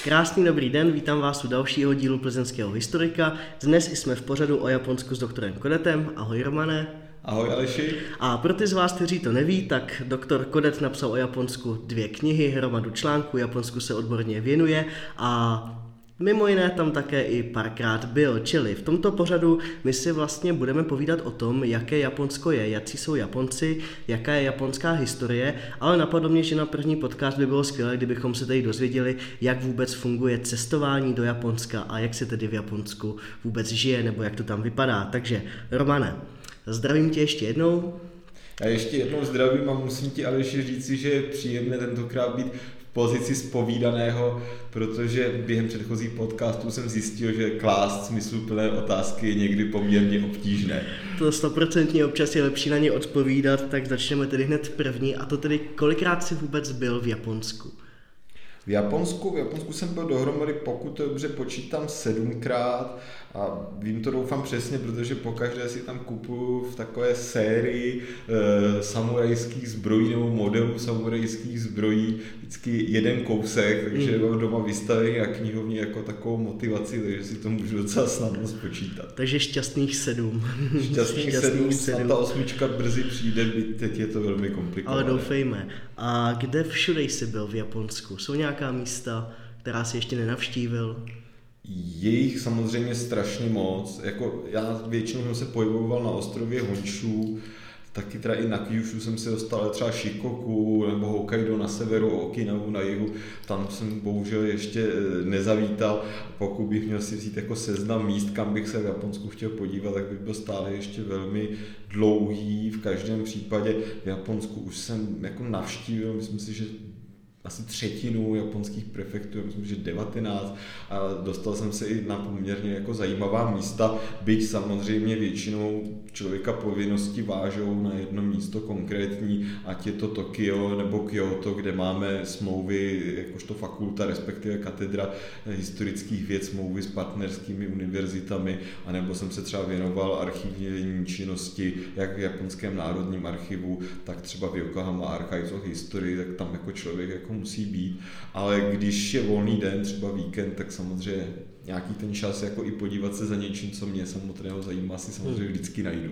Krásný dobrý den, vítám vás u dalšího dílu Plzeňského historika. Dnes jsme v pořadu o Japonsku s doktorem Kodetem. Ahoj Romane. Ahoj Aleši. A pro ty z vás, kteří to neví, tak doktor Kodet napsal o Japonsku 2 knihy, hromadu článků, Japonsku se odborně věnuje a mimo jiné tam také i párkrát byl, čili v tomto pořadu my si vlastně budeme povídat o tom, jaké Japonsko je, jací jsou Japonci, jaká je japonská historie, ale napadlo mě, že na první podcast by bylo skvělé, kdybychom se tady dozvěděli, jak vůbec funguje cestování do Japonska a jak se tedy v Japonsku vůbec žije, nebo jak to tam vypadá. Takže Romane, zdravím tě ještě jednou. Já ještě jednou zdravím a musím ti Aleši říci, že je příjemné tentokrát být v pozici zpovídaného, protože během předchozích podcastů jsem zjistil, že klást smysluplné otázky je někdy poměrně obtížné. To 100% občas je lepší na ně odpovídat, tak začneme tedy hned první, a to tedy kolikrát jsi vůbec byl v Japonsku? V Japonsku jsem byl dohromady, pokud to dobře počítám, 7krát a vím to doufám přesně, protože pokaždé si tam kupuju v takové sérii samurajských zbrojí nebo modelů samurajských zbrojí vždycky jeden kousek, takže mám doma vystavený na knihovně jako takovou motivaci, takže si to můžu docela snadno spočítat. Takže šťastných 7. Šťastných 7, snad ta 8 brzy přijde, byť teď je to velmi komplikované. Ale doufejme. A kde všude jsi byl v Japonsku? Jsou nějaká místa, která jsi ještě nenavštívil? Je jich samozřejmě strašně moc. Jako já většinou jsem se pohyboval na ostrově Honshu, taky teda i na Kyushu jsem se dostal, ale třeba Shikoku nebo Hokkaido na severu, Okinawu na jihu, tam jsem bohužel ještě nezavítal. Pokud bych měl si vzít jako seznam míst, kam bych se v Japonsku chtěl podívat, tak bych byl stále ještě velmi dlouhý. V každém případě v Japonsku už jsem jako navštívil, myslím si, že asi 1/3 japonských prefektur, myslím, že 19, a dostal jsem se i na poměrně jako zajímavá místa, byť samozřejmě většinou člověka povinnosti vážou na jedno místo konkrétní, ať je to Tokio nebo Kyoto, kde máme smlouvy jakožto fakulta, respektive katedra historických věd, smlouvy s partnerskými univerzitami, anebo jsem se třeba věnoval archivní činnosti, jak v Japonském národním archivu, tak třeba v Yokohama Archives of History, tak tam jako člověk jako musí být, ale když je volný den, třeba víkend, tak samozřejmě nějaký ten čas jako i podívat se za něčím, co mě samotného zajímá, si samozřejmě vždycky najdu.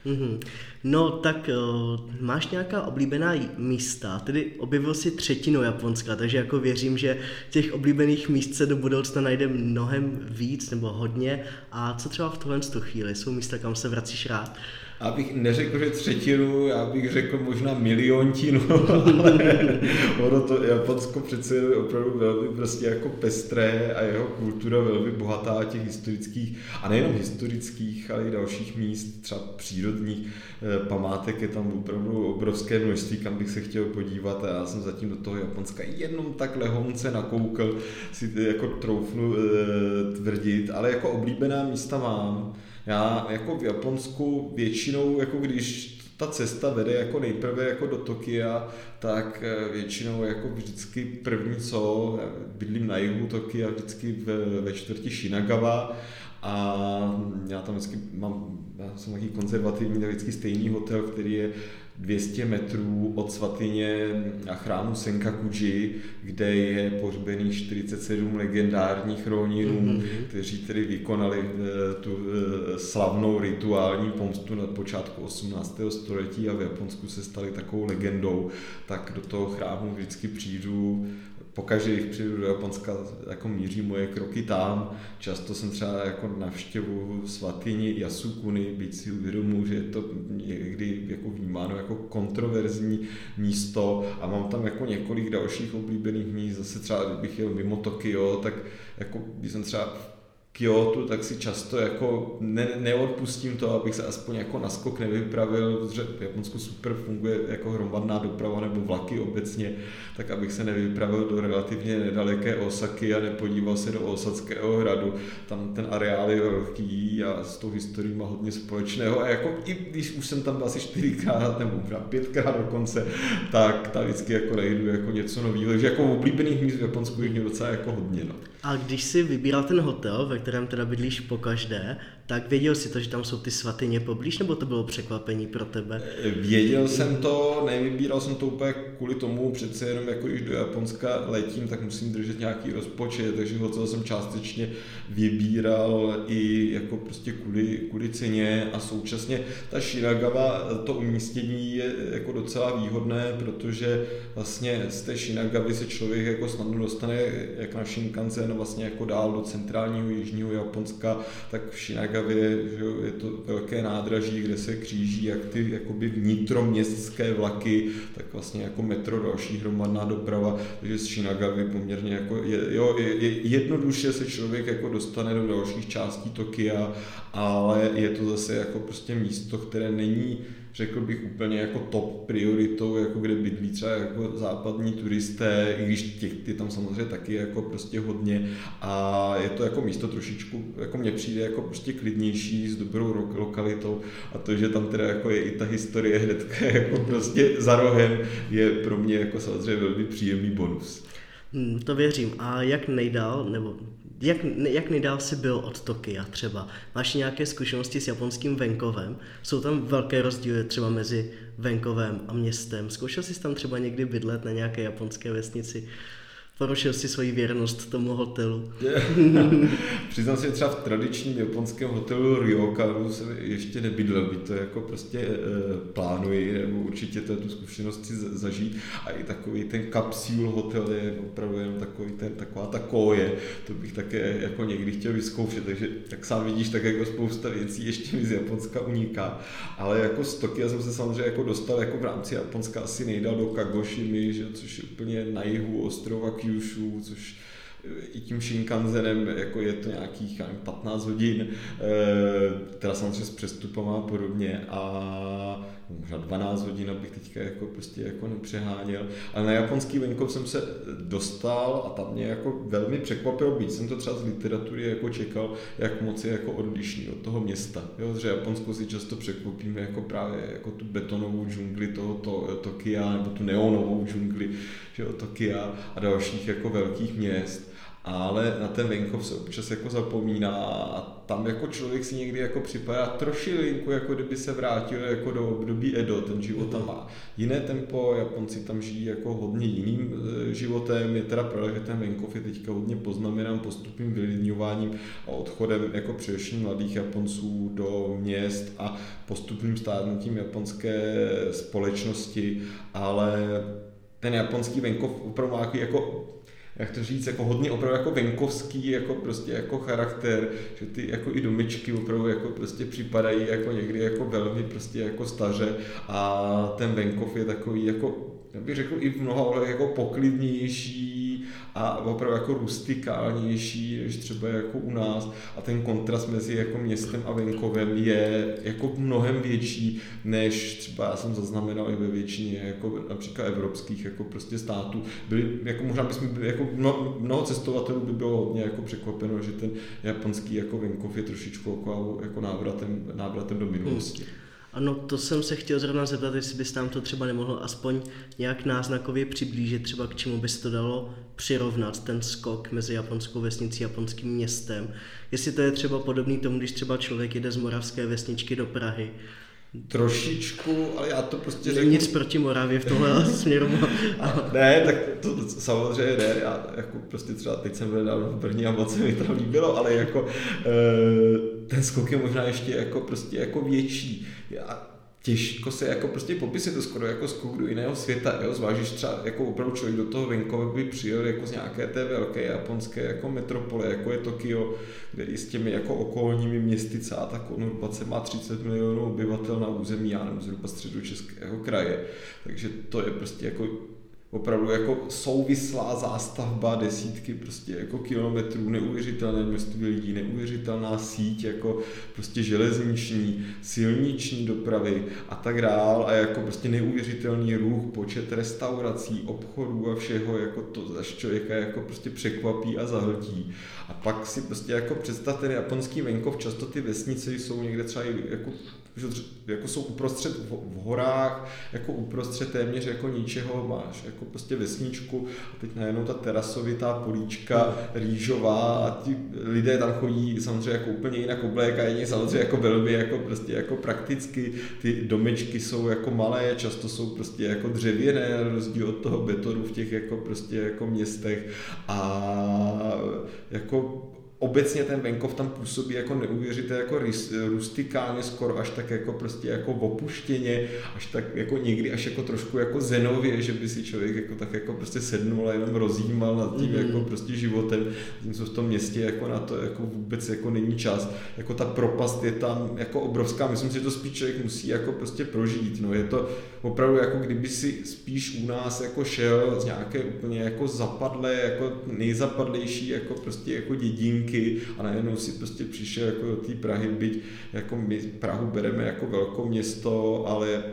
No tak máš nějaká oblíbená místa, tedy objevil si 1/3 Japonska, takže jako věřím, že těch oblíbených míst se do budoucna najde mnohem víc nebo hodně. A co třeba v tohle chvíli? Jsou místa, kam se vracíš rád? Abych neřekl, že 1/3, já bych řekl možná miliontinu, ale ono to Japonsko přece je opravdu velmi prostě jako pestré a jeho kultura velmi bohatá těch historických, a nejenom historických, ale i dalších míst, třeba přírodních památek je tam opravdu obrovské množství, kam bych se chtěl podívat, a já jsem zatím do toho Japonska jenom tak lehonce nakoukl, si jako troufnu tvrdit, ale jako oblíbená místa mám. Já jako v Japonsku většinou, jako když ta cesta vede jako nejprve jako do Tokia, tak většinou jako vždycky první co, bydlím na jihu Tokia, vždycky ve čtvrti Shinagawa, a já tam vždycky já jsem takový konzervativní, tak vždycky stejný hotel, který je 200 metrů od svatyně a chrámu Senkakuji, kde je pohřbených 47 legendárních ronínů, kteří tedy vykonali tu slavnou rituální pomstu na počátku 18. století a v Japonsku se stali takovou legendou, tak do toho chrámu vždycky přijdu. Pokaždé, když přijdu do Japonska, jako míří moje kroky tam. Často jsem třeba jako navštěvu svatyni Yasukuni, byť si uvědomuji, že je to někdy jako vnímáno jako kontroverzní místo, a mám tam jako několik dalších oblíbených míst. Zase třeba, kdybych jel mimo Tokio, tak jako když jsem třeba Kyoto, tak si často jako neodpustím to, abych se aspoň jako na skok nevypravil, protože v Japonsku super funguje jako hromadná doprava nebo vlaky obecně, tak abych se nevypravil do relativně nedaleké Osaky a nepodíval se do Osackého hradu. Tam ten areál je velký a s tou historií má hodně společného, a jako i když už jsem tam byl asi 4krát nebo možná 5krát dokonce, tak tam vždycky jako najdu jako něco nového, takže jako oblíbených míst v Japonsku jich mě docela jako hodně. No. A když si vybíral ten hotel, ve kterém teda bydlíš pokaždé, tak věděl jsi to, že tam jsou ty svatyně poblíž, nebo to bylo překvapení pro tebe? Věděl jsem to, nevybíral jsem to úplně kvůli tomu, přece jenom jako když do Japonska letím, tak musím držet nějaký rozpočet, takže hotel jsem částečně vybíral i jako prostě kvůli ceně a současně ta Shinagawa, to umístění je jako docela výhodné, protože vlastně z té Shinagavy se člověk jako snadno dostane jak na Shinkansen vlastně jako dál do centrálního jižního Japonska, tak v Shinagavě že je to velké nádraží, kde se kříží jak ty jakoby vnitroměstské vlaky, tak vlastně jako metro, další hromadná doprava, takže z Shinagavy poměrně jako jednoduše se člověk jako dostane do dalších částí Tokia, ale je to zase jako prostě místo, které není, řekl bych, úplně jako top prioritou, jako kde bydlí třeba jako západní turisté, i když těch je tam samozřejmě taky jako prostě hodně a je to jako místo trošičku, jako mně přijde jako prostě klidnější s dobrou lokalitou a to, že tam teda jako je i ta historie hnedka jako prostě za rohem, je pro mě jako samozřejmě velmi příjemný bonus. To věřím. A jak nejdál, nebo jak nejdál jsi byl od Tokia třeba? Máš nějaké zkušenosti s japonským venkovem? Jsou tam velké rozdíly třeba mezi venkovem a městem? Zkoušel jsi tam třeba někdy bydlet na nějaké japonské vesnici? Porušil si svoji věrnost tomu hotelu? Přiznám si, třeba v tradičním japonském hotelu Ryokaru jsem ještě nebydlel, byť to jako prostě plánuji, nebo určitě tu zkušenost si zažít. A i takový ten kapsul hotel je opravdu jenom taková ta koje, to bych také jako někdy chtěl vyzkoušet, takže jak sám vidíš, tak jako spousta věcí ještě mi z Japonska uniká. Ale jako z Tokia jsem se samozřejmě jako dostal jako v rámci Japonska asi nejdál do Kagošimy, že, což je úplně na jihu ostrova Kyushu, což i tím Shinkansenem jako je to nějakých 15 hodin, teda samozřejmě s přestupama a podobně a možná 12 hodin, abych teďka jako prostě jako nepřeháněl, ale na japonský venkov jsem se dostal a tam mě jako velmi překvapilo, byť jsem to třeba z literatury jako čekal, jak moc je jako odlišný od toho města, jo, že Japonsko si často překvapíme jako právě jako tu betonovou džungli toho Tokia, nebo tu neonovou džungli, že Tokia a dalších jako velkých měst. Ale na ten venkov se občas jako zapomíná a tam jako člověk si někdy jako připadá trošilinku, jako kdyby se vrátil jako do období Edo, ten život tam má jiné tempo, Japonci tam žijí jako hodně jiným životem, je teda pravda, že ten venkov je teďka hodně poznamenán postupným vylidňováním a odchodem jako především mladých Japonců do měst a postupným stárnutím japonské společnosti, ale ten japonský venkov opravdu má jako jak to říct, jako hodně opravdu jako venkovský, jako prostě jako charakter, že ty jako i domičky opravdu jako prostě připadají jako někdy jako velmi prostě jako staře a ten venkov je takový jako, já bych řekl i v mnoha ohledech jako poklidnější a opravdu jako rustikálnější, než třeba jako u nás a ten kontrast mezi jako městem a venkovem je jako mnohem větší, než třeba já jsem zaznamenal i ve většině jako například evropských jako prostě států. Byli, jako možná bychom byli, jako mnoho cestovatelů by bylo hodně jako překvapeno, že ten japonský jako venkov je trošičku jako návratem do minulosti. Ano, to jsem se chtěl zrovna zeptat, jestli bys nám to třeba nemohl aspoň nějak náznakově přiblížit, třeba k čemu by se to dalo přirovnat, ten skok mezi japonskou vesnicí a japonským městem. Jestli to je třeba podobný tomu, když třeba člověk jede z moravské vesničky do Prahy. Trošičku, ale já to prostě řeknu... Nic proti Moravě v tomhle směru. Ne, tak to samozřejmě ne, já jako prostě třeba teď jsem byl dávno v Brně a moc se mi to líbilo, ale jako ten skok je možná ještě jako prostě jako větší. Těžko se jako prostě popisuje to skoro jako skok do jiného světa, jo? Zvlášť, když třeba jako opravdu člověk do toho venkova by přijel jako z nějaké té velké japonské jako metropole, jako je Tokio, kde s těmi jako okolními městy celá ta konurbace má 30 milionů obyvatel na území, já nevím, zhruba středočeského kraje, takže to je prostě jako opravdu jako souvislá zástavba, desítky prostě jako kilometrů, neuvěřitelné množství lidí, neuvěřitelná síť jako prostě železniční, silniční dopravy a tak dál a jako prostě neuvěřitelný ruch, počet restaurací, obchodů a všeho, jako to za člověka jako prostě překvapí a zahltí. A pak si prostě jako představ ten japonský venkov, často ty vesnice jsou někde třeba jako jako jsou uprostřed v horách, jako uprostřed téměř jako ničeho, máš jako prostě vesničku a teď najednou ta terasovitá políčka rýžová a ti lidé tam chodí samozřejmě jako úplně jinak oblékají, samozřejmě jako velmi jako prostě jako prakticky, ty domečky jsou jako malé, často jsou prostě jako dřevěné, rozdíl od toho betonu v těch jako prostě jako městech a jako obecně ten venkov tam působí jako neuvěřitelně jako rustikálně, skoro až tak jako prostě jako opuštěně, až tak jako někdy až jako trošku jako zenově, že by si člověk jako tak jako prostě sednul a jenom rozjímal nad tím jako prostě životem, co v tom městě jako na to jako vůbec jako není čas. Jako ta propast je tam jako obrovská, myslím si, že to spíš člověk musí jako prostě prožít, no je to opravdu jako kdyby si spíš u nás jako šel z nějaké úplně jako zapadlé, jako nejzapadlejší jako prostě jako dědinky a najednou si prostě přišel jako do té Prahy, byť jako my Prahu bereme jako velké město, ale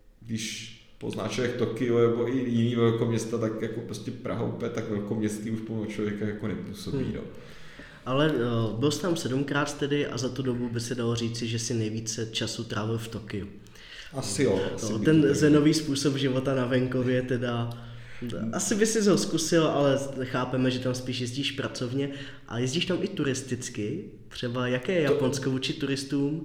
když pozná člověk Tokio nebo i jiný velké města, tak jako prostě Praha úplně tak velkoměstský už plno člověka jako nepůsobí. No. Ale byl jsi tam 7krát tedy a za tu dobu by se dalo říci, že si nejvíce času trávil v Tokiu. Asi jo. Ten zenový způsob života na venkově teda asi by si ho zkusil, ale chápeme, že tam spíš jezdíš pracovně a jezdíš tam i turisticky. Třeba jaké je Japonsko vůči turistům?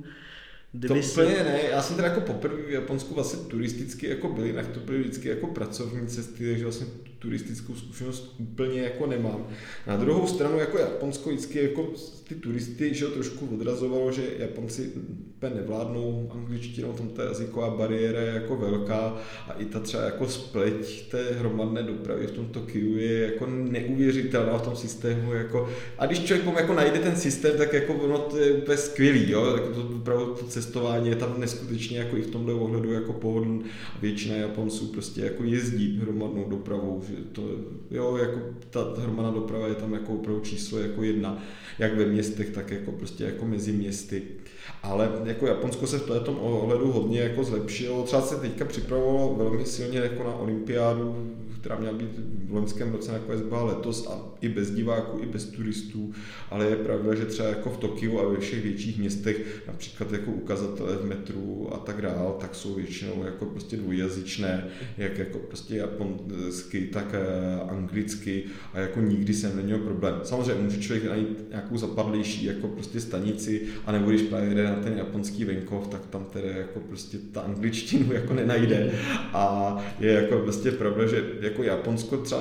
To úplně ne, já jsem teda jako poprvé v Japonsku vlastně turisticky jako byl, jinak to byly vždycky jako pracovní cesty, takže vlastně turistickou zkušenost úplně jako nemám. Na druhou stranu jako Japonsko vždycky jako ty turisty, že trošku odrazovalo, že Japonci úplně nevládnou angličtinou, tam ta jazyková bariéra je jako velká a i ta třeba jako spleť té hromadné dopravy v tom Tokiu je jako neuvěřitelná v tom systému jako, a když člověk jako najde ten systém, tak jako ono to je úplně skvělý, jo, jako to opravdu to cestování je tam neskutečně jako i v tomhle ohledu jako pohodlný a většina Japonců prostě jako jezdí hromadnou dopravou, že to, jo, jako ta hromadná doprava je tam jako opravdu číslo jako 1, jak ve městech, tak jako prostě jako mezi městy. Ale jako Japonsko se v tom ohledu hodně jako zlepšilo. Třeba se teďka připravovalo velmi silně jako na olympiádu, která měla být v loňském roce, nakonec byla letos a i bez diváků, i bez turistů, ale je pravda, že třeba jako v Tokiu a ve všech větších městech, například jako ukazatele v metru a tak dál, tak jsou většinou jako prostě dvojjazyčné, jak jako prostě japonsky, tak anglicky a jako nikdy jsem neměl problém. Samozřejmě může člověk najít nějakou zapadlejší jako prostě stanici, anebo když právě jde na ten japonský venkov, tak tam tedy jako prostě ta angličtinu jako nenajde a je jako prostě pravda, že jako Japonsko třeba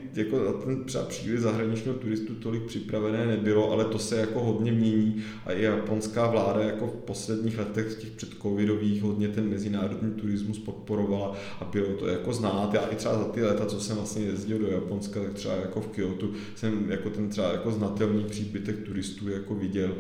na ten třeba příliv zahraničního turistu tolik připravené nebylo, ale to se jako hodně mění a i japonská vláda jako v posledních letech z těch předcovidových hodně ten mezinárodní turismus podporovala a bylo to jako znát. Já i třeba za ty léta, co jsem vlastně jezdil do Japonska, tak třeba jako v Kyotu jsem jako ten třeba jako znatelný příbytek turistů jako viděl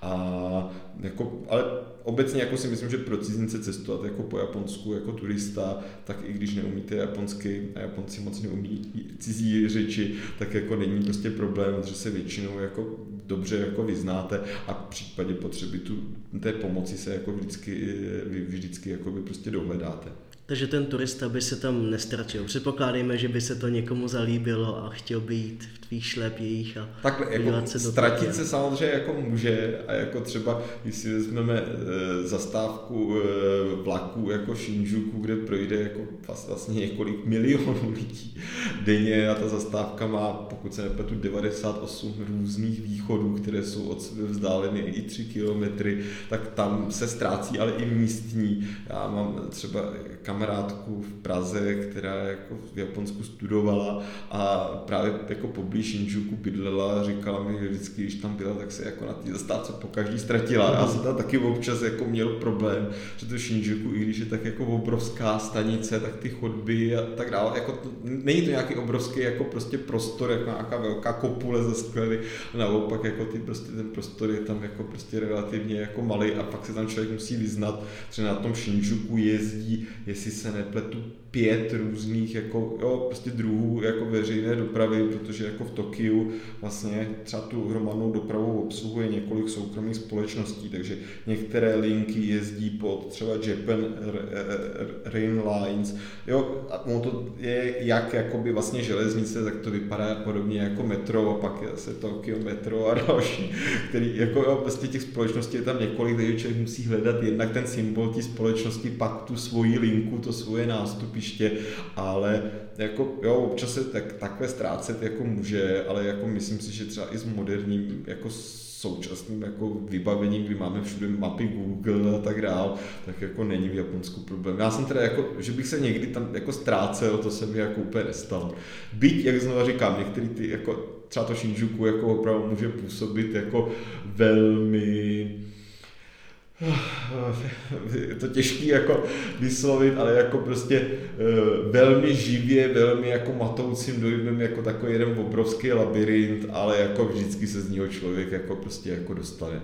a jako, ale obecně jako si myslím, že pro cizince cestovat jako po Japonsku jako turista, tak i když neumíte japonsky a Japonci moc neumí cizí řeči, tak jako není prostě problém, že se většinou jako dobře jako vyznáte a v případě potřeby té pomoci se jako vždycky jako by prostě dohledáte. Takže ten turista by se tam nestratil. Předpokládejme, že by se to někomu zalíbilo a chtěl by jít v tvých šlépějích a takhle, jako se ztratit se samozřejmě jako může a jako třeba, když si vezmeme zastávku vlaku jako Shinjuku, kde projde jako vlastně několik milionů lidí denně a ta zastávka má, pokud se nepletu, 98 různých východů, které jsou od sebe vzdáleny i 3 kilometry, tak tam se ztrácí, ale i místní. Já mám třeba kamarádku v Praze, která jako v Japonsku studovala a právě jako poblíž Shinjuku bydlela a říkala mi, že vždycky, když tam byla, tak se jako na té zastávce pokaždý ztratila. Já jsem tam taky občas jako měl problém, že to Shinjuku, i když je tak jako obrovská stanice, tak ty chodby a tak dále, jako není to nějaký obrovský jako prostě prostor, jako nějaká velká kopule ze sklady, naopak jako ten prostor je tam jako prostě relativně jako malý a pak se tam člověk musí vyznat, že na tom Shinjuku jezdí, jestli se nepletu, 5 různých jako, prostě druhů jako veřejné dopravy, protože jako v Tokiu vlastně třeba tu hromadnou dopravu obsluhuje několik soukromých společností, takže některé linky jezdí pod třeba Japan Rail Lines, a ono to je jak jakoby vlastně železnice, tak to vypadá podobně jako metro, a pak je zase Tokyo Metro a další, který jako prostě těch společností je tam několik, takže člověk musí hledat jednak ten symbol té společnosti, pak tu svoji linku, to svoje nástupiště, ale jako občas se takhle ztrácet jako může, ale jako myslím si, že třeba i s moderním jako současným jako vybavením, kdy máme všude mapy Google a tak dál, tak jako není v Japonsku problém. Já jsem teda jako, že bych se někdy tam jako ztrácel, to se mi jako úplně nestalo. Byť, jak znovu říkám, některý ty jako třeba to Shinjuku jako opravdu může působit jako velmi, je to těžký jako vyslovit, ale jako prostě velmi živě, velmi jako matoucím dojmem, jako takový jeden obrovský labirint, ale jako vždycky se z něho člověk jako prostě jako dostane.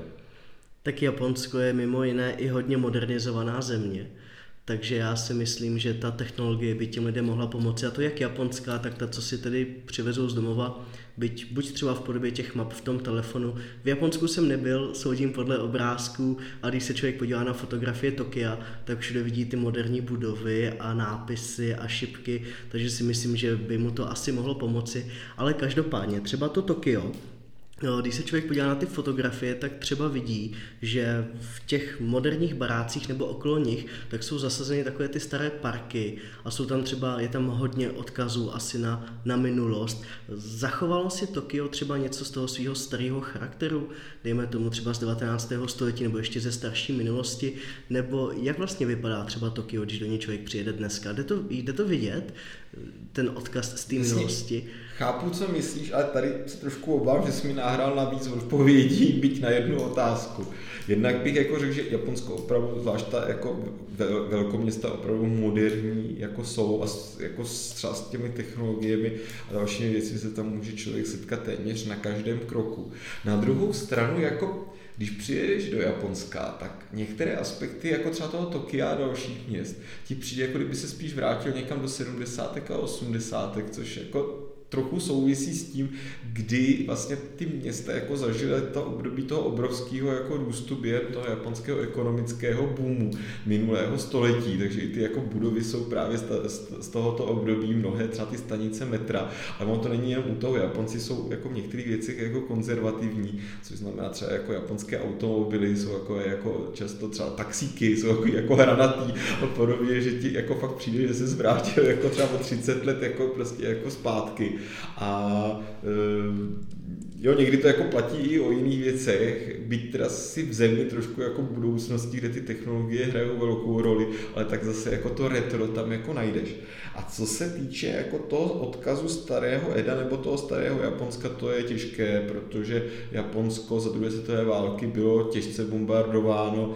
Tak Japonsko je mimo jiné i hodně modernizovaná země. Takže já si myslím, že ta technologie by těm lidem mohla pomoci. A to jak japonská, tak ta, co si tedy přivezou z domova, buď třeba v podobě těch map v tom telefonu. V Japonsku jsem nebyl, soudím podle obrázků, a když se člověk podívá na fotografie Tokia, tak všude vidí ty moderní budovy a nápisy a šipky, takže si myslím, že by mu to asi mohlo pomoci. Ale každopádně, třeba to Tokio, když se člověk podívá na ty fotografie, tak třeba vidí, že v těch moderních barácích nebo okolo nich, tak jsou zasazeny takové ty staré parky a je tam hodně odkazů asi na minulost. Zachovalo si Tokio třeba něco z toho svého starého charakteru, dejme tomu třeba z 19. století nebo ještě ze starší minulosti, nebo jak vlastně vypadá třeba Tokio, když do něj člověk přijede dneska? Jde to vidět, ten odkaz z té minulosti? Chápu, co myslíš, ale tady se trošku obávám, že jsi mi nahrál na víc odpovědí, byť na jednu otázku. Jednak bych jako řekl, že Japonsko opravdu, zvlášť ta jako velkoměsta opravdu moderní jako jsou a jako třeba s těmi technologiemi a dalšími věci se tam může člověk setkat téměř na každém kroku. Na druhou stranu, jako když přijedeš do Japonska, tak některé aspekty, jako třeba toho Tokia a dalších měst, ti přijde, jako kdyby se spíš vrátil někam do 70. a 80., což jako trochu souvisí s tím, kdy vlastně ty města jako zažily to období toho obrovského jako růstu během toho japonského ekonomického boomu minulého století, takže i ty jako budovy jsou právě z tohoto období, mnohé třeba ty stanice metra, ale ono to není jen u toho, Japonci jsou jako v některých věcech jako konzervativní, což znamená třeba jako japonské automobily jsou jako často třeba taxíky, jsou jako hranatý a podobně, že ti jako fakt přijde, že se zvrátil jako třeba o 30 let jako prostě jako zpátky. A někdy to jako platí i o jiných věcech, byť teda si v zemi trošku jako budoucnosti, kde ty technologie hrajou velkou roli, ale tak zase jako to retro tam jako najdeš. A co se týče jako toho odkazu starého Eda nebo toho starého Japonska, to je těžké, protože Japonsko za druhé světové války bylo těžce bombardováno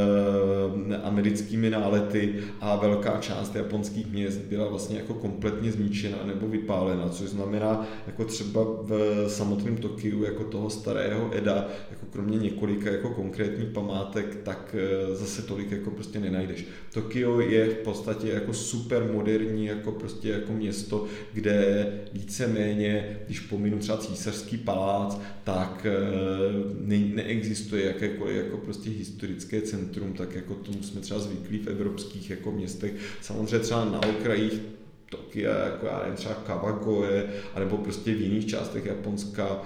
americkými nálety a velká část japonských měst byla vlastně jako kompletně zničena nebo vypálena, což znamená jako třeba v samotném Tokiu jako toho starého Eda, jako kromě několika jako konkrétních památek, tak zase tolik jako prostě nenajdeš. Tokio je v podstatě jako super moderní jako prostě jako město, kde víceméně, když pominu třeba císařský palác, tak neexistuje jakékoliv jako prostě historické centrum, tak jako tomu jsme třeba zvyklí v evropských jako městech. Samozřejmě třeba na okrajích Tokia, jako já nevím, třeba Kawagoe, anebo prostě v jiných částech Japonska,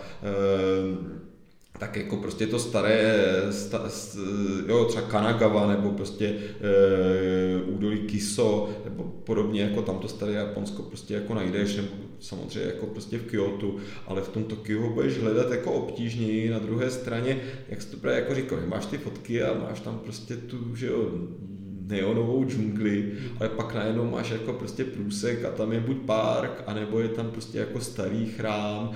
tak jako prostě to staré, třeba Kanagawa, nebo prostě údolí Kiso, nebo podobně, jako tam to staré Japonsko prostě jako najdeš, nebo samozřejmě jako prostě v Kyotu, ale v tom Tokiu ho budeš hledat jako obtížněji. Na druhé straně, jak jsi to právě jako říkal, máš ty fotky a máš tam prostě tu, že jo, neonovou džungli, ale pak najednou máš jako prostě průsek a tam je buď park, anebo je tam prostě jako starý chrám,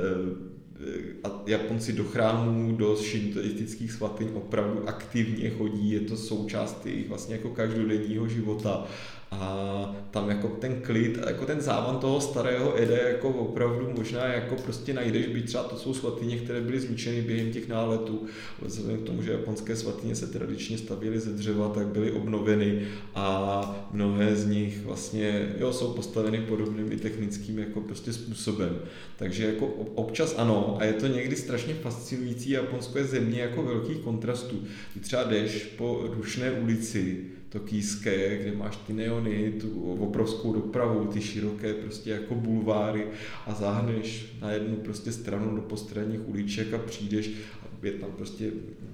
a Japonci do chrámů, do šintoistických svatyň opravdu aktivně chodí, je to součást jejich vlastně jako každodenního života a tam jako ten klid a jako ten závan toho starého Ede jako opravdu možná jako prostě najdeš, byť třeba to jsou svatyně, které byly zničeny během těch náletů. Vzhledem k tomu, že japonské svatyně se tradičně stavěly ze dřeva, tak byly obnoveny a mnohé z nich vlastně jsou postaveny podobným i technickým jako prostě způsobem. Takže jako občas ano, a je to někdy strašně fascinující. Japonsko je země jako velkých kontrastů. Ty třeba jdeš po rušné ulici tokijské, kde máš ty neony, tu obrovskou dopravu, ty široké prostě jako bulváry a záhneš na jednu prostě stranu do postranních uliček a přijdeš a je tam prostě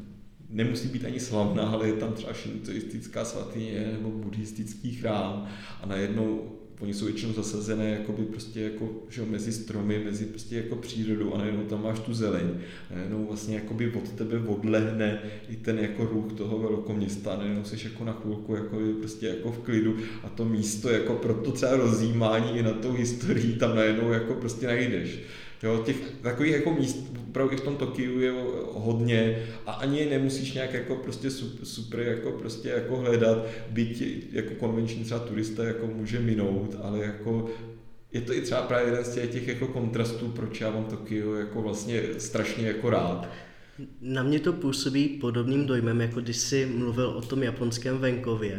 nemusí být ani slavná, ale je tam třeba šintoistická svatyně nebo buddhistický chrám a najednou oni jsou většinou zasazené jakoby prostě jako, že mezi stromy, mezi prostě jako přírodou a najednou tam máš tu zeleň. Najednou vlastně jakoby od tebe odlehne i ten jako ruch toho velkoměsta a najednou jsi jako na chvilku jako prostě jako v klidu a to místo jako pro to třeba rozjímání i na tou historii tam najednou jako prostě najdeš. Jo, těch takových jako míst opravdu i v tom Tokiu je hodně a ani je nemusíš nějak jako prostě super jako prostě jako hledat, byť jako konvenční třeba turista jako může minout, ale jako je to i třeba právě jeden z těch jako kontrastů, proč já mám Tokio jako vlastně strašně jako rád. Na mě to působí podobným dojmem, jako když jsi mluvil o tom japonském venkově,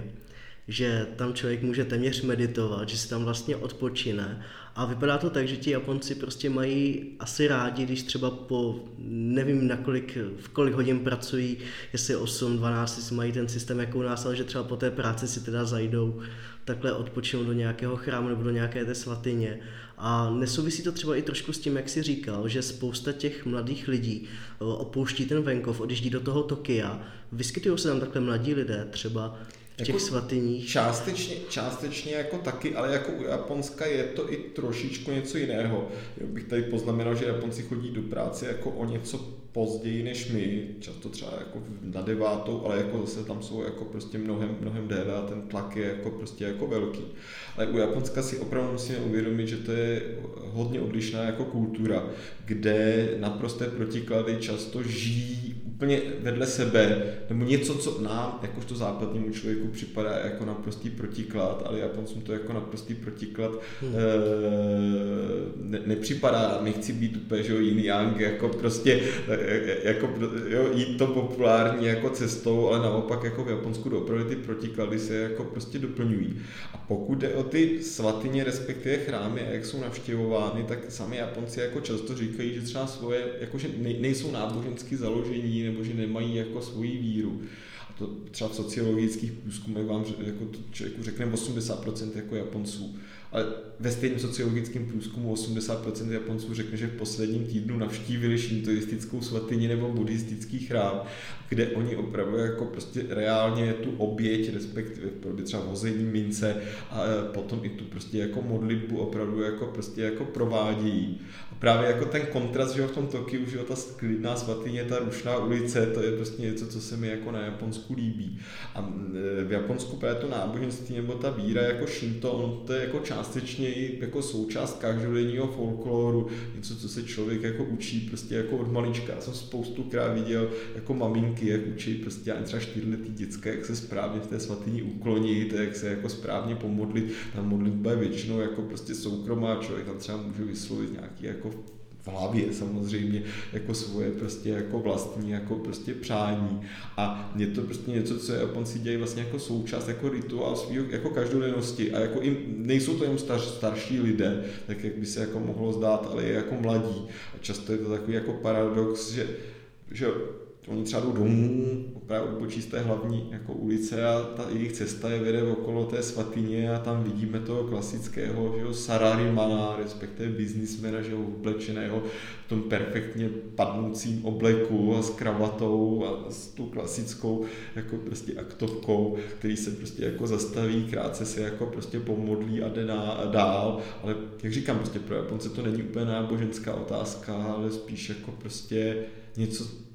že tam člověk může téměř meditovat, že si tam vlastně odpočine a vypadá to tak, že ti Japonci prostě mají asi rádi, když třeba po nevím v kolik hodin pracují, jestli 8, 12, jestli mají ten systém jako u nás, ale že třeba po té práci si teda zajdou, takhle odpočinou do nějakého chrámu nebo do nějaké té svatyně. A nesouvisí to třeba i trošku s tím, jak jsi říkal, že spousta těch mladých lidí opouští ten venkov, odjíždí do toho Tokia. Vyskytují se tam takhle mladí lidé třeba v těch jako svatyních? Částečně jako taky, ale jako u Japonska je to i trošičku něco jiného. Já bych tady poznamenal, že Japonci chodí do práce jako o něco později než my, často třeba jako na 9, ale jako zase tam jsou jako prostě mnohem déle a ten tlak je jako prostě jako velký. Ale u Japonska si opravdu musíme uvědomit, že to je hodně odlišná jako kultura, kde naprosté protiklady často žijí úplně vedle sebe, nebo něco, co nám, jakožto západnímu člověku, připadá jako naprostý protiklad, ale Japoncům to jako naprostý protiklad nepřipadá. Nechci být úplně, že jo, jiný yang, jako prostě jako, jo, jít to populární jako cestou, ale naopak jako v Japonsku opravdu ty protiklady se jako prostě doplňují. A pokud jde o ty svatyně, respektive chrámy, jak jsou navštěvovány, tak sami Japonci jako často říkají, že třeba svoje, jakože nejsou nábožensky založení, nebo že nemají jako svoji víru. A to třeba v sociologických průzkumech vám jako to člověku řekne 80% jako Japonců. Ale ve stejném sociologickém průzkumu 80% Japonců řekne, že v posledním týdnu navštívili šintoistickou svatyni nebo buddhistický chrám, kde oni opravdu jako prostě reálně tu oběť, respektive třeba hození mince a potom i tu prostě jako modlitbu opravdu jako prostě jako provádějí. A právě jako ten kontrast, že v tom Tokiu, že ta klidná svatyně, ta rušná ulice, to je prostě něco, co se mi jako na Japonsku líbí. A v Japonsku právě to náboženství nebo ta víra jako Shinto, to je jako částečně i jako součást každodenního folkloru, něco, co se člověk jako učí prostě jako od malička. Já jsem spoustukrát viděl jako maminky, jak učí prostě třeba 4letý děcka, jak se správně v té svatyni uklonit, jak se jako správně pomodlit. Ta modlitba je většinou jako prostě soukromá, člověk tam třeba může vyslovit nějaký jako v hlavě samozřejmě jako svoje prostě jako vlastní jako prostě přání a je to prostě něco, co Japonci dělají vlastně jako součást jako rituál svého jako každodennosti a jako i nejsou to jenom starší lidé, tak jak by se jako mohlo zdát, ale je jako mladí a často je to takový jako paradox, že oni třeba jdou domů, opravdu počí z té hlavní jako ulice a ta jejich cesta je vede okolo té svatyně a tam vidíme toho klasického, že jo, salarimana, respektive biznismena, že jo, oblečeného v tom perfektně padnoucím obleku a s kravatou a s tou klasickou jako prostě aktovkou, který se prostě jako zastaví, krátce se jako prostě pomodlí a jde dál, ale jak říkám, prostě pro Japonce to není úplně náboženská otázka, ale spíš jako prostě něco,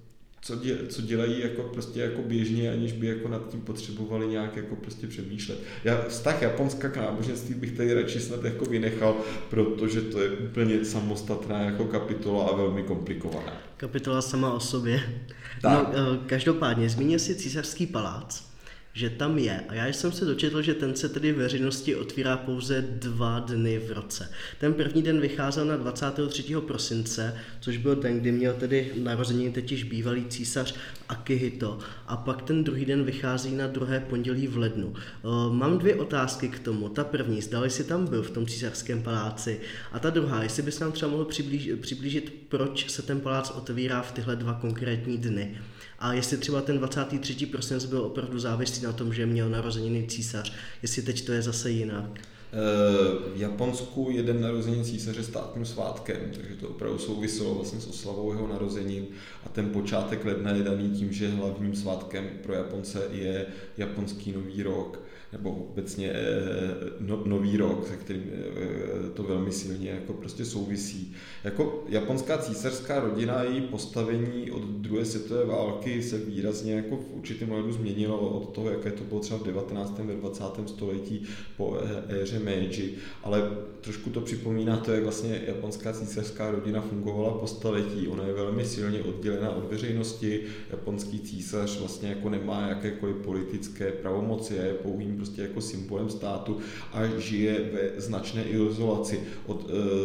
co dělají jako prostě jako běžně, aniž by jako nad tím potřebovali nějak jako prostě přemýšlet. Vztah Japonska k náboženství bych tady radši snad jako vynechal, protože to je úplně samostatná jako kapitola a velmi komplikovaná. Kapitola sama o sobě. No, každopádně, zmínil si Císařský palác. že tam je. A já jsem se dočetl, že ten se tedy veřejnosti otvírá pouze 2 dny v roce. Ten první den vycházel na 23. prosince, což byl den, kdy měl tedy narozeniny totiž bývalý císař Akihito. A pak ten druhý den vychází na 2. pondělí v lednu. Mám 2 otázky k tomu. Ta první, zdali jsi tam byl v tom císařském paláci. A ta druhá, jestli bys nám třeba mohl přiblížit, proč se ten palác otevírá v tyhle 2 konkrétní dny. A jestli třeba ten 23. prosinec byl opravdu závislý na tom, že měl narozeniny císař, jestli teď to je zase jinak. V Japonsku je den narození císaře státním svátkem, takže to opravdu souviselo vlastně s oslavou jeho narozenin a ten počátek ledna je daný tím, že hlavním svátkem pro Japonce je japonský nový rok, nebo obecně nový rok, se kterým to velmi silně jako prostě souvisí. Jako japonská císařská rodina a její postavení od druhé světové války se výrazně jako v určitém ohledu změnilo od toho, jaké to bylo třeba v 19. ve 20. století po éře Meiji, ale trošku to připomíná to, jak vlastně japonská císařská rodina fungovala po staletí. Ona je velmi silně oddělená od veřejnosti. Japonský císař vlastně jako nemá jakékoliv politické pravomoci, je pouhým prostě jako symbolem státu a žije ve značné izolaci od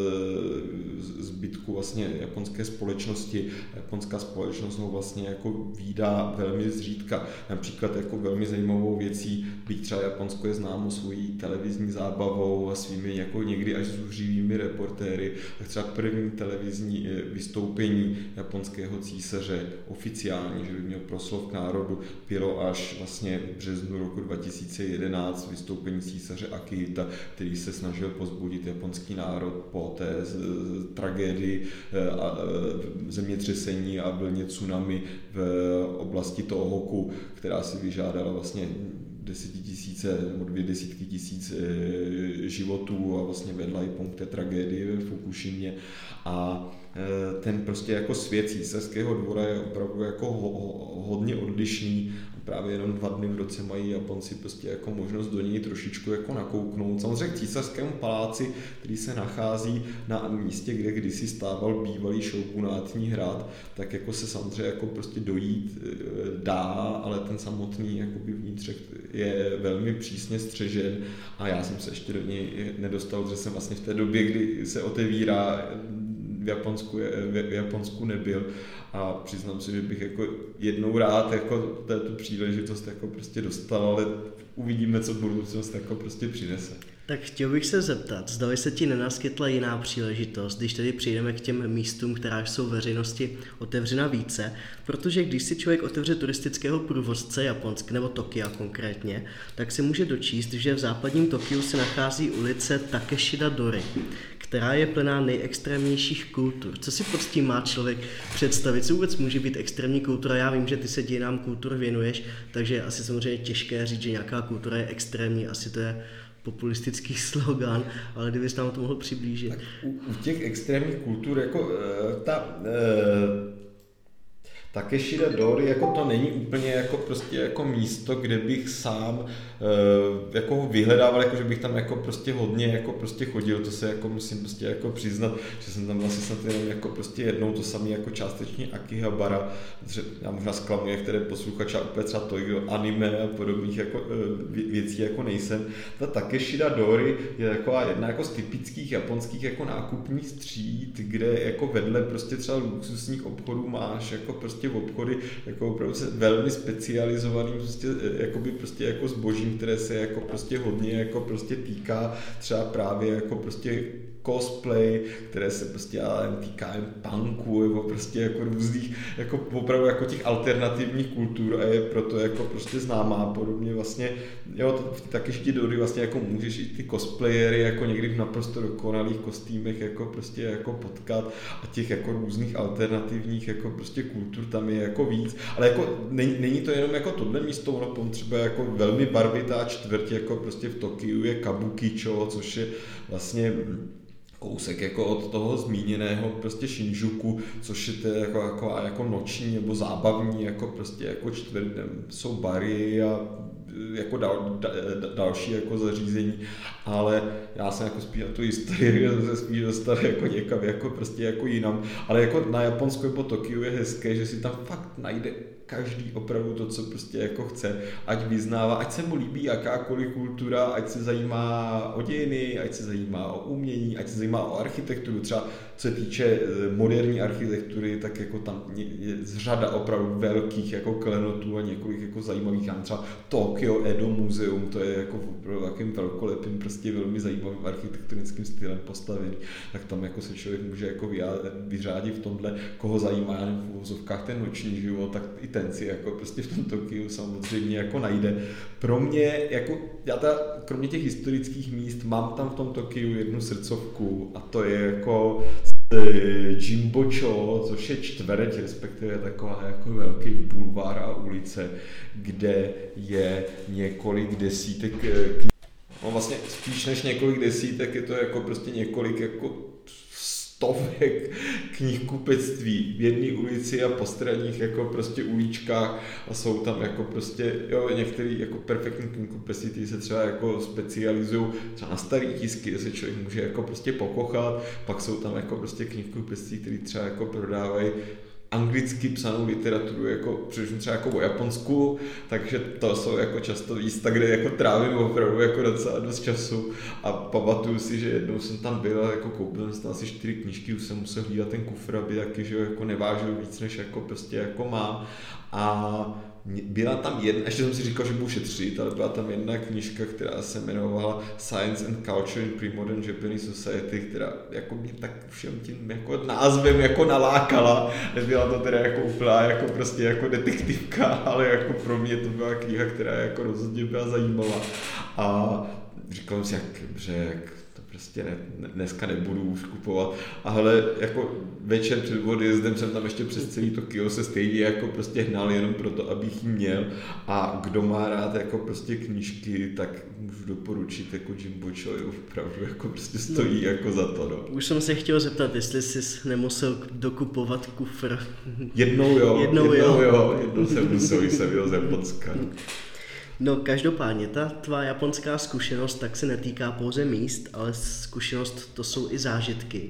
zbytku vlastně japonské společnosti. Japonská společnost ho vlastně jako vídá velmi zřídka. Například jako velmi zajímavou věcí, byť třeba Japonsko je známo svojí televizní zábavou a svými jako někdy až zuřivými reportéry, tak třeba první televizní vystoupení japonského císaře oficiální, že by měl proslov k národu, bylo až vlastně v březnu roku 2011 vystoupení císaře Akihita, který se snažil povzbudit japonský národ po té tragédii a zemětřesení a vlně tsunami v oblasti Tohoku, která si vyžádala vlastně 10 000 nebo 20 000 životů a vlastně vedla i k té tragédii ve Fukushimě. A ten prostě jako svět císařského dvora je opravdu jako hodně odlišný. Právě jenom 2 dny v roce mají Japonci prostě jako možnost do něj trošičku jako nakouknout. Samozřejmě k císařskému paláci, který se nachází na místě, kde kdysi stával bývalý šogunátní hrad, tak jako se samozřejmě jako prostě dojít dá, ale ten samotný jakoby vnitřek je velmi přísně střežen a já jsem se ještě do něj nedostal, protože jsem vlastně v té době, kdy se otevírá v Japonsku nebyl a přiznám si, že bych jako jednou rád jako tu příležitost jako prostě dostal, ale uvidíme, co budoucnost jako prostě přinese. Tak chtěl bych se zeptat, zdali se ti nenaskytla jiná příležitost, když tedy přijdeme k těm místům, která jsou veřejnosti otevřena více, protože když si člověk otevře turistického průvodce Japonsk nebo Tokia konkrétně, tak se může dočíst, že v západním Tokiu se nachází ulice Takeshida Dori, která je plná nejextrémnějších kultur. Co si pod tím má člověk představit? Co vůbec může být extrémní kultura? Já vím, že ty se dějinám kultur věnuješ, takže je asi samozřejmě těžké říct, že nějaká kultura je extrémní, asi to je populistický slogan, ale kdybys nám to mohl přiblížit. Tak u těch extrémních kultur, jako Takeshida Dori, jako to není úplně jako prostě jako místo, kde bych sám jako vyhledával, jako že bych tam jako prostě hodně jako prostě chodil, to se jako musím prostě jako přiznat, že jsem tam vlastně snad jenom jako prostě jednou, to samé jako částečně Akihabara, já možná zklamu některé posluchače, úplně třeba tolik do anime a podobných jako věcí jako nejsem. Ta Takeshida Dori je taková jedna jako z typických japonských jako nákupních stříd, kde jako vedle prostě třeba luxusních obchodů máš jako prostě obchody jako opravdu se velmi specializovaným prostě jako zbožím, které se jako prostě hodně jako prostě týká třeba právě jako prostě cosplay, které se prostě týká jen punku nebo prostě jako různých jako opravdu jako těch alternativních kultur a je proto jako prostě známá. Podobně vlastně, jo, taky ještě Dori vlastně jako můžeš i ty cosplayery jako někdy v naprosto dokonalých kostýmech jako prostě jako potkat a těch jako různých alternativních jako prostě kultur tam je jako víc, ale jako není to jenom jako tohle místo, ono třeba jako velmi barvitá čtvrť jako prostě v Tokiu je Kabukicho, což je vlastně kousek jako od toho zmíněného prostě Shinjuku, což je to jako noční nebo zábavní jako prostě jako čtvrt, jsou bary a jako další jako zařízení, ale já jsem jako spíš na tu historii se spíš dostal jako někam jako prostě jako jinam, ale jako na Japonsko nebo Tokiu je hezké, že si tam fakt najde každý opravdu to, co prostě jako chce, ať vyznává, ať se mu líbí jakákoliv kultura, ať se zajímá o dějiny, ať se zajímá o umění, ať se zajímá o architekturu, třeba co se týče moderní architektury, tak jako tam je řada opravdu velkých jako klenotů a několik jako zajímavých, třeba Tokyo Edo Museum, to je jako opravdu takovým velkolepým, prostě velmi zajímavým architektonickým stylem postavený, tak tam jako se člověk může jako vyřádit v tomhle, koho zajímá v uvozovkách ten noční život, tak i ten si jako prostě v tom Tokiu samozřejmě jako najde. Pro mě, jako já kromě těch historických míst, mám tam v tom Tokiu jednu srdcovku a to je jako Jimbocho, což je čtvereť, respektive taková jako velký bulvár a ulice, kde je několik desítek, no vlastně spíš než několik desítek, je to jako prostě několik jako stovek knihkupectví v jedné ulici a postranních jako prostě uličkách a jsou tam jako prostě, jo, některý jako perfektní knihkupectví, kteří se třeba jako specializují třeba na starý tisky, kde se člověk může jako prostě pokochat, pak jsou tam jako prostě knihkupectví, který třeba jako prodávají anglicky psanou literaturu, jako především třeba jako o Japonsku, takže to jsou jako často místa, kde jako trávím opravdu jako docela dost času a pamatuju si, že jednou jsem tam byl a jako koupil jsem tam asi 4 knížky, už jsem musel hlídat ten kufr, aby taky, že jako nevážil víc, než jako prostě jako mám a byla tam jedna, ještě jsem si říkal, že budu šetřit, ale byla tam jedna knížka, která se jmenovala Science and Culture in Pre-Modern Japanese Society, která jako mě tak všem tím jako názvem jako nalákala. Nebyla to teda jako úplná jako prostě jako detektivka, ale jako pro mě to byla kniha, která jako rozhodně byla zajímavá. A říkal jsem si, jak prostě dneska nebudu už kupovat. A hele, jako večer před odjezdem jsem tam ještě přes celý Tokio se stejně jako prostě hnal jenom proto, abych ji měl. A kdo má rád jako prostě knížky, tak můžu doporučit jako Jimbocho, opravdu jako prostě stojí jako za to. No. Už jsem se chtěl zeptat, jestli jsi nemusel dokupovat kufr. Jednou jsem musel, když jsem jel z Japonska. No každopádně, ta tvá japonská zkušenost tak se netýká pouze míst, ale zkušenost to jsou i zážitky.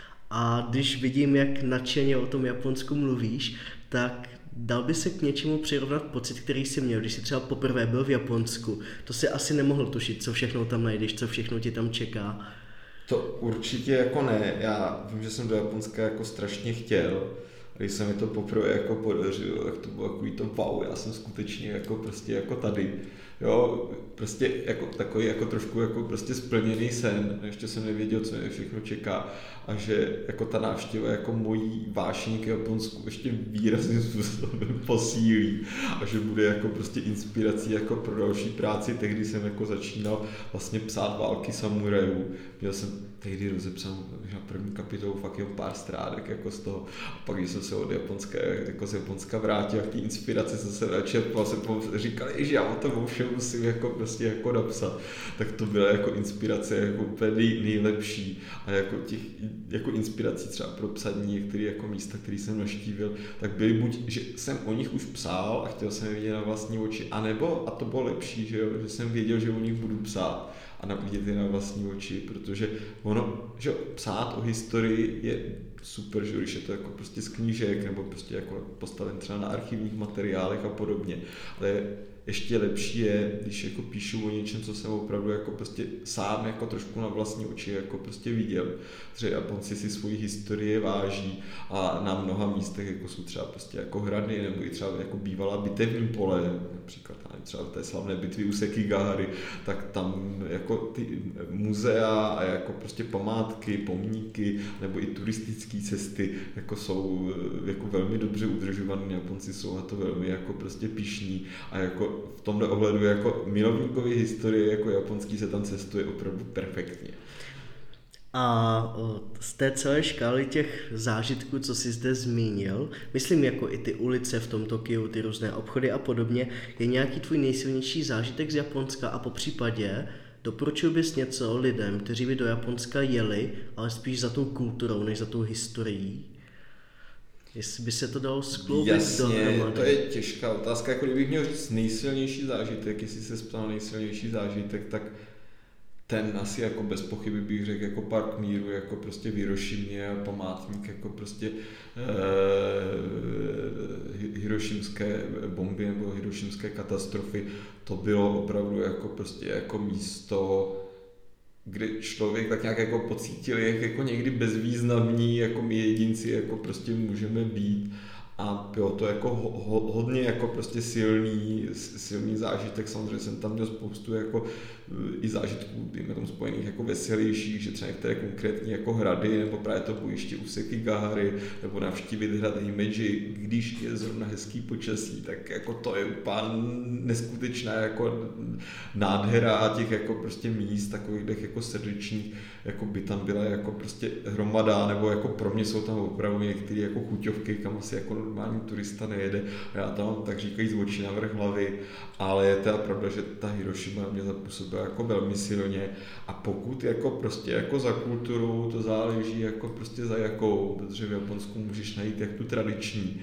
A když vidím, jak nadšeně o tom Japonsku mluvíš, tak dal by se k něčemu přirovnat pocit, který jsi měl, když jsi třeba poprvé byl v Japonsku. To si asi nemohl tušit, co všechno tam najdeš, co všechno ti tam čeká. To určitě jako ne, já vím, že jsem do Japonska jako strašně chtěl. Když se mi to poprvé jako podařilo, tak to bylo takový to wow, já jsem skutečně jako prostě jako tady, jo, prostě jako takový jako trošku jako prostě splněný sen, ještě jsem nevěděl, co mě všechno čeká a že jako ta návštěva jako mojí vášní k Japonsku ještě výrazným způsobem posílí a že bude jako prostě inspirací jako pro další práci. Tehdy jsem jako začínal vlastně psát Války samurajů, měl jsem tehdy rozepsal na první kapitolu fakt jen pár strádek jako z toho a pak když jsem se od Japonska, jako z Japonska vrátil a k té inspiraci jsem se načerpal, jsem říkal, že já o tom všem musím jako prostě jako napsat, tak to byla jako inspirace jako úplně nejlepší a jako těch jako inspirací třeba pro psaní některé jako místa, které jsem navštívil, tak byly buď, že jsem o nich už psal a chtěl jsem je vidět na vlastní oči, anebo, a to bylo lepší, že jsem věděl, že o nich budu psát a vidět je na vlastní oči, protože ono, že psát o historii je super, že když je to jako prostě z knížek nebo prostě jako postaven třeba na archivních materiálech a podobně, ale ještě lepší je, když jako píšu o něčem, co jsem opravdu jako prostě sám jako trošku na vlastní oči jako prostě viděl. Že Japonci si svoji historie váží a na mnoha místech jako jsou třeba prostě jako hrady nebo i třeba jako bývalá bitevní pole, například třeba té slavné bitvy u Sekigahary, tak tam jako ty muzea a jako prostě památky, pomníky nebo i turistické cesty jako jsou jako velmi dobře udržované. Japonci jsou na to velmi jako prostě pyšní a jako v tomhle ohledu jako milovníkovi historie jako japonský se tam cestuje opravdu perfektně. A z té celé škály těch zážitků, co jsi zde zmínil, myslím jako i ty ulice v tom Tokiu, ty různé obchody a podobně, je nějaký tvůj nejsilnější zážitek z Japonska a popřípadě Doporučil bys něco lidem, kteří by do Japonska jeli, ale spíš za tou kulturou, než za tou historií? Jestli by se to dalo skloubit dohromady. To je těžká otázka. Jako kdybych měl říct nejsilnější zážitek, jestli se ptal nejsilnější zážitek, tak ten asi jako bez pochyby bych řekl jako Park míru, jako prostě v Hirošimě a památník jako prostě hirošimské bomby nebo hirošimské katastrofy. To bylo opravdu jako prostě jako místo, kdy člověk tak nějak jako pocítil, jak jako někdy bezvýznamní, jako my jedinci jako prostě můžeme být. A bylo to jako hodně jako prostě silný zážitek. Samozřejmě jsem tam měl spoustu jako i zážitků, dejme tomu spojených jako veselějších, že třeba některé konkrétní jako hrady, nebo právě to bojiště u Sekigahary, nebo navštívit hrad Himeji, když je zrovna hezký počasí, tak jako to je úplně neskutečná jako nádhera těch jako prostě míst, takových jako srdečních, jako by tam byla jako prostě hromada, nebo jako pro mě jsou tam opravdu některé jako chuťovky, kam asi jako normální turista nejede a já tam tak říkají z očí na vrch hlavy, ale je teda pravda, že ta Hirošima mě zapůsobila jako velmi silně a pokud jako prostě jako za kulturou, to záleží jako prostě za jakou, protože v Japonsku můžeš najít jak tu tradiční,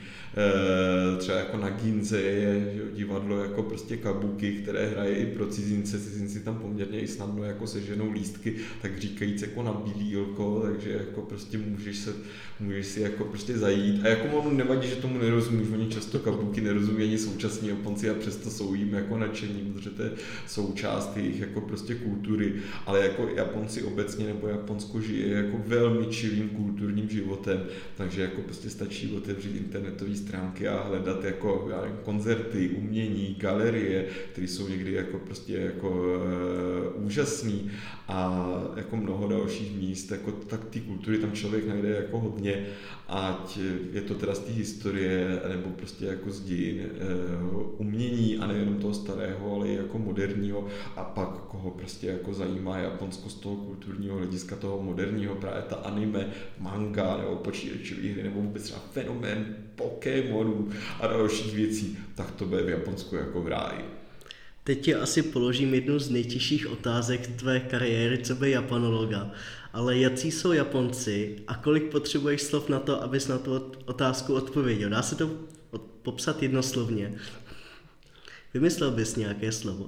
třeba jako na Ginze je divadlo jako prostě kabuki, které hraje i pro cizince, cizinci tam poměrně i snadno jako seženou lístky, tak říkajíc jako na bílý oko, takže jako prostě můžeš si jako prostě zajít a jako ono nevadí, že tomu nerozumíš, oni často kabuki nerozumí ani současní Japonci a přesto jsou jim jako nadšení, protože to je součást jejich jako prostě kultury, ale jako Japonci obecně nebo Japonsko žije jako velmi chillým kulturním životem, takže jako prostě stačí otevřít internetové stránky a hledat jako koncerty, umění, galerie, které jsou někdy jako prostě jako úžasný a jako mnoho dalších míst, jako tak ty kultury tam člověk najde jako hodně, ať je to teda z té historie, nebo prostě jako z dějin umění a nejenom toho starého, ale i jako moderního a pak koho prostě jako zajímá Japonsko z toho kulturního hlediska toho moderního, právě ta anime, manga nebo počítačové hry nebo vůbec třeba fenomén Pokémonů a dalších věcí, tak to bude v Japonsku jako v ráji. Teď ti asi položím jednu z nejtěžších otázek tvé kariéry, co by japanologa. Ale jací jsou Japonci a kolik potřebuješ slov na to, abys na tu otázku odpověděl? Dá se to popsat jednoslovně? Vymyslel bys nějaké slovo?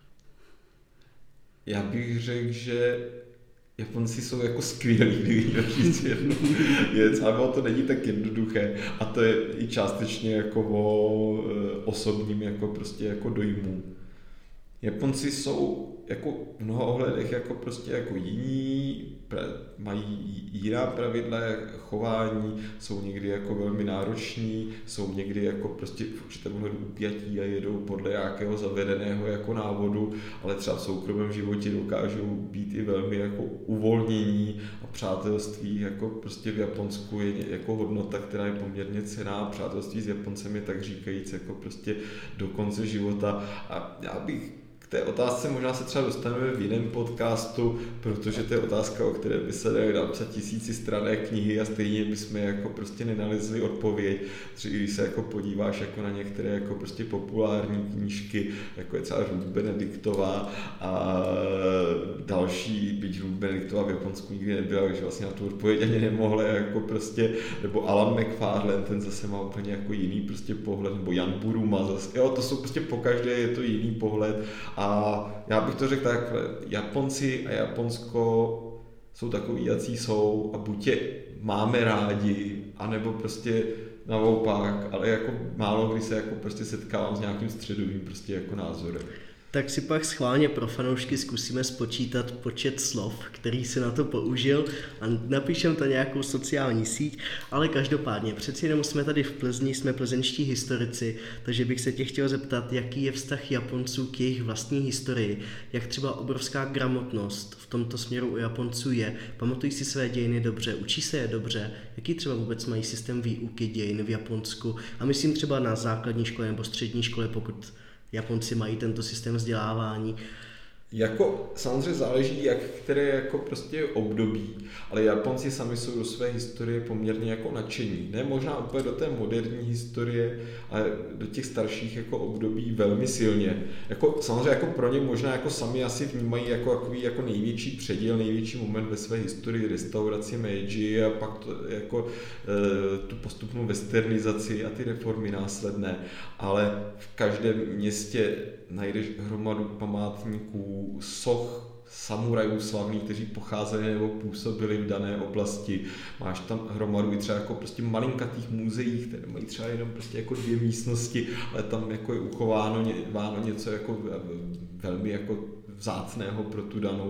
Já bych řekl, že Japonci jsou jako skvělí, kdyby říct jedno věc, ale to není tak jednoduché a to je i částečně jako o osobním jako prostě jako dojmu. Japonci jsou jako v mnoha ohledech jako prostě jako jiní, mají jiná pravidla chování, jsou někdy jako velmi nároční, jsou někdy jako prostě v určitém ohledu upjatí a jedou podle nějakého zavedeného jako návodu, ale třeba v soukromém životě dokážou být i velmi jako uvolnění a přátelství jako prostě v Japonsku je jako hodnota, která je poměrně cenná. Přátelství s Japoncem je tak říkajíc jako prostě do konce života a já bych té otázce možná se třeba dostaneme v jiném podcastu, protože to je otázka, o které by se daly napsat tisíci stranek knihy a stejně bychom jako prostě nenalezli odpověď. Když se jako podíváš jako na některé jako prostě populární knížky, jako je třeba Ruth Benediktová a další, byť Ruth Benediktová v Japonsku nikdy nebyla, takže vlastně na tu odpověď ani nemohla jako prostě, nebo Alan McFarlane, ten zase má úplně jako jiný prostě pohled, nebo Jan Buruma zase, jo, to jsou prostě pokaždé je to jiný pohled. A já bych to řekl takhle, Japonci a Japonsko jsou takový, jací jsou a buď je máme rádi, anebo prostě naopak, ale jako málo kdy se jako prostě setkávám s nějakým středovým prostě jako názorem. Tak si pak schválně pro fanoušky zkusíme spočítat počet slov, který si na to použil a napíšem to nějakou sociální síť, ale každopádně, přeci jenom jsme tady v Plzni, jsme plzeňští historici, takže bych se tě chtěl zeptat, jaký je vztah Japonců k jejich vlastní historii, jak třeba obrovská gramotnost v tomto směru u Japonců je, pamatují si své dějiny dobře, učí se je dobře, jaký třeba vůbec mají systém výuky dějin v Japonsku a myslím třeba na základní škole nebo střední škole, pokud Japonci mají tento systém vzdělávání. Jako samozřejmě záleží, jak které jako prostě období, ale Japonci sami jsou do své historie poměrně jako nadšení. Ne možná úplně do té moderní historie, ale do těch starších jako období velmi silně. Jako, samozřejmě jako pro ně možná jako sami asi vnímají jako takový jako největší předěl, největší moment ve své historii restauraci Meiji a pak to, jako tu postupnou westernizaci a ty reformy následné. Ale v každém městě najdeš hromadu památníků, soch samurajů slavných, kteří pocházeli nebo působili v dané oblasti. Máš tam hromadu i třeba jako prostě malinkatých muzeí, které mají třeba jenom prostě jako 2 místnosti, ale tam jako je uchováno něco jako velmi jako vzácného pro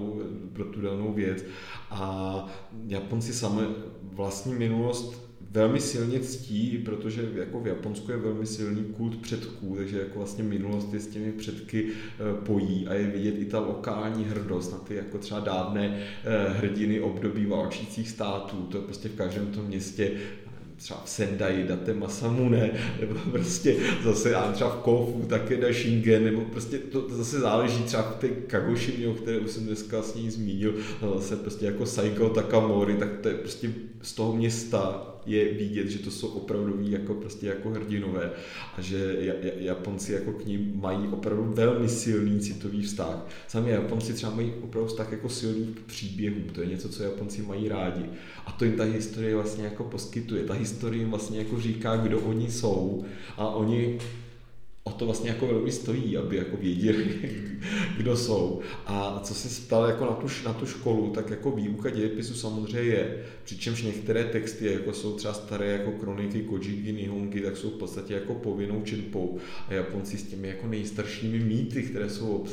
tu danou věc. A Japonci sami vlastní minulost velmi silně ctí, protože jako v Japonsku je velmi silný kult předků, takže jako vlastně minulost je s těmi předky pojí a je vidět i ta lokální hrdost na ty jako třeba dávné hrdiny období válčících států. To je prostě v každém tom městě, třeba v Sendai Date Masamune, nebo prostě zase třeba v Kofu Takeda Shingen, nebo prostě to zase záleží třeba v té Kagošimě, o které už jsem dneska s ní zmínil, zase prostě jako Saigao Takamori, tak to je prostě z toho města je vidět, že to jsou opravdoví jako prostě jako hrdinové a že Japonci jako k ním mají opravdu velmi silný citový vztah. Sami Japonci třeba mají opravdu vztah jako silný k příběhům, to je něco, co Japonci mají rádi. A to jim ta historie vlastně jako poskytuje. Ta historie jim vlastně jako říká, kdo oni jsou a oni o to vlastně jako velmi stojí, aby jako věděli, kdo jsou. A co se ptal jako na tu školu, tak jako výuka dějepisu samozřejmě je. Přičemž některé texty, jako jsou třeba staré jako kroniky Kojiki Nihongi, tak jsou v podstatě jako povinnou četbou. A Japonci s těmi jako nejstaršími mýty, které jsou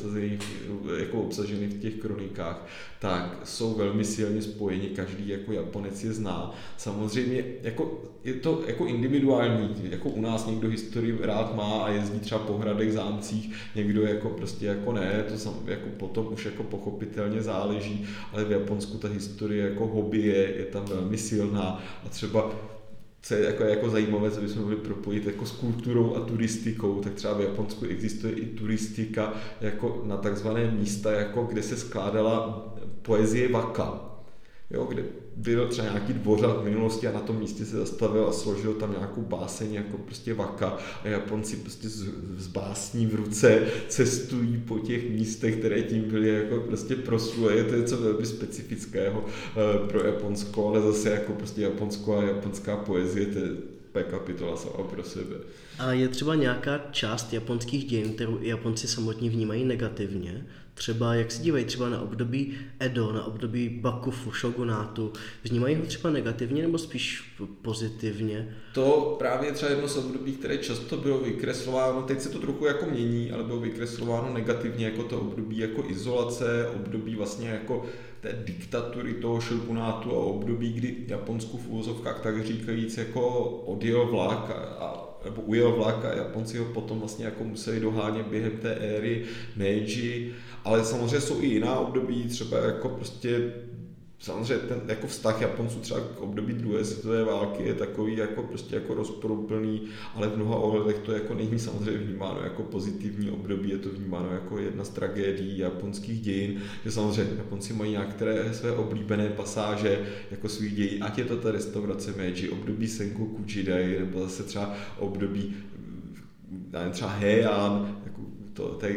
obsaženy v těch kronikách, tak jsou velmi silně spojeni, každý jako Japonec je zná. Samozřejmě jako je to jako individuální, jako u nás někdo historii rád má a jezdí třeba po hradech, zámcích, někdo jako prostě jako ne, to jako potom už jako pochopitelně záleží, ale v Japonsku ta historie jako hobby je tam velmi silná a třeba co je jako zajímavé, co bychom mohli propojit jako s kulturou a turistikou, tak třeba v Japonsku existuje i turistika jako na takzvané místa, jako kde se skládala poezie waka. Jo, kde byl třeba nějaký dvořák v minulosti a na tom místě se zastavil a složil tam nějakou báseň jako prostě waka a Japonci prostě s básní v ruce cestují po těch místech, které tím byly jako prostě proslulé. Je to něco velmi specifického pro Japonsko, ale zase jako prostě Japonsko a japonská poezie, to je kapitola sama pro sebe. A je třeba nějaká část japonských dějin, kterou i Japonci samotní vnímají negativně? Třeba, jak se dívají třeba na období Edo, na období Bakufu, šogunátu, vnímají ho třeba negativně nebo spíš pozitivně? To právě třeba jedno z období, které často bylo vykreslováno, teď se to trochu jako mění, ale bylo vykreslováno negativně jako to období jako izolace, období vlastně jako té diktatury toho šogunátu a období, kdy Japonsku v uvozovkách tak říkajíc jako odjel vlak nebo ujel vlak a Japonci ho potom vlastně jako museli dohánět během té éry Meiji, ale samozřejmě jsou i jiná období, třeba jako prostě samozřejmě ten jako vztah Japonců třeba k období druhé světové války je takový jako prostě jako rozporuplný, ale v mnoha ohledech to jako není samozřejmě vnímáno jako pozitivní období, je to vnímáno jako jedna z tragédií japonských dějin, že samozřejmě Japonci mají některé své oblíbené pasáže jako svých dějin, ať je to ta restaurace Meiji, období Sengoku Jidai, nebo zase třeba období třeba Heian, jako té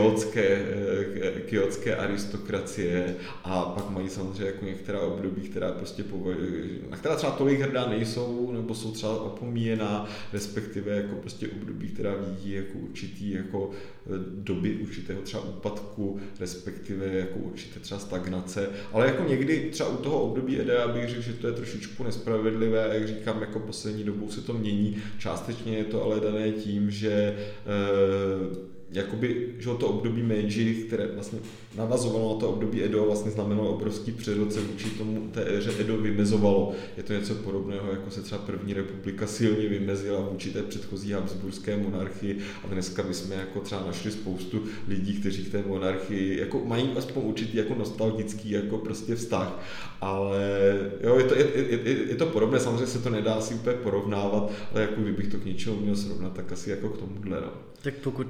kyotské aristokracie a pak mají samozřejmě jako některá období, která prostě na která třeba tolik hrdá nejsou, nebo jsou třeba opomíjená, respektive jako prostě období, která vidí jako určitý jako doby určitého třeba úpadku, respektive jako určité třeba stagnace, ale jako někdy třeba u toho období Eda bych řekl, že to je trošičku nespravedlivé, jak říkám, jako poslední dobou se to mění, částečně je to ale dané tím, že jakoby, že to období Meiji, které vlastně navazovalo na to období Edo, vlastně znamenalo obrovský přerod, se vůči tomu té éře Edo vymezovalo. Je to něco podobného, jako se třeba první republika silně vymezila vůči té předchozí habsburské monarchii a dneska bychom jako třeba našli spoustu lidí, kteří k té monarchii jako mají aspoň určitý jako nostalgický jako prostě vztah, ale jo, je to podobné, samozřejmě se to nedá asi úplně porovnávat, ale jako kdybych to k něčemu měl srovnat, tak asi jako k tomuhle. No. Tak pokud nás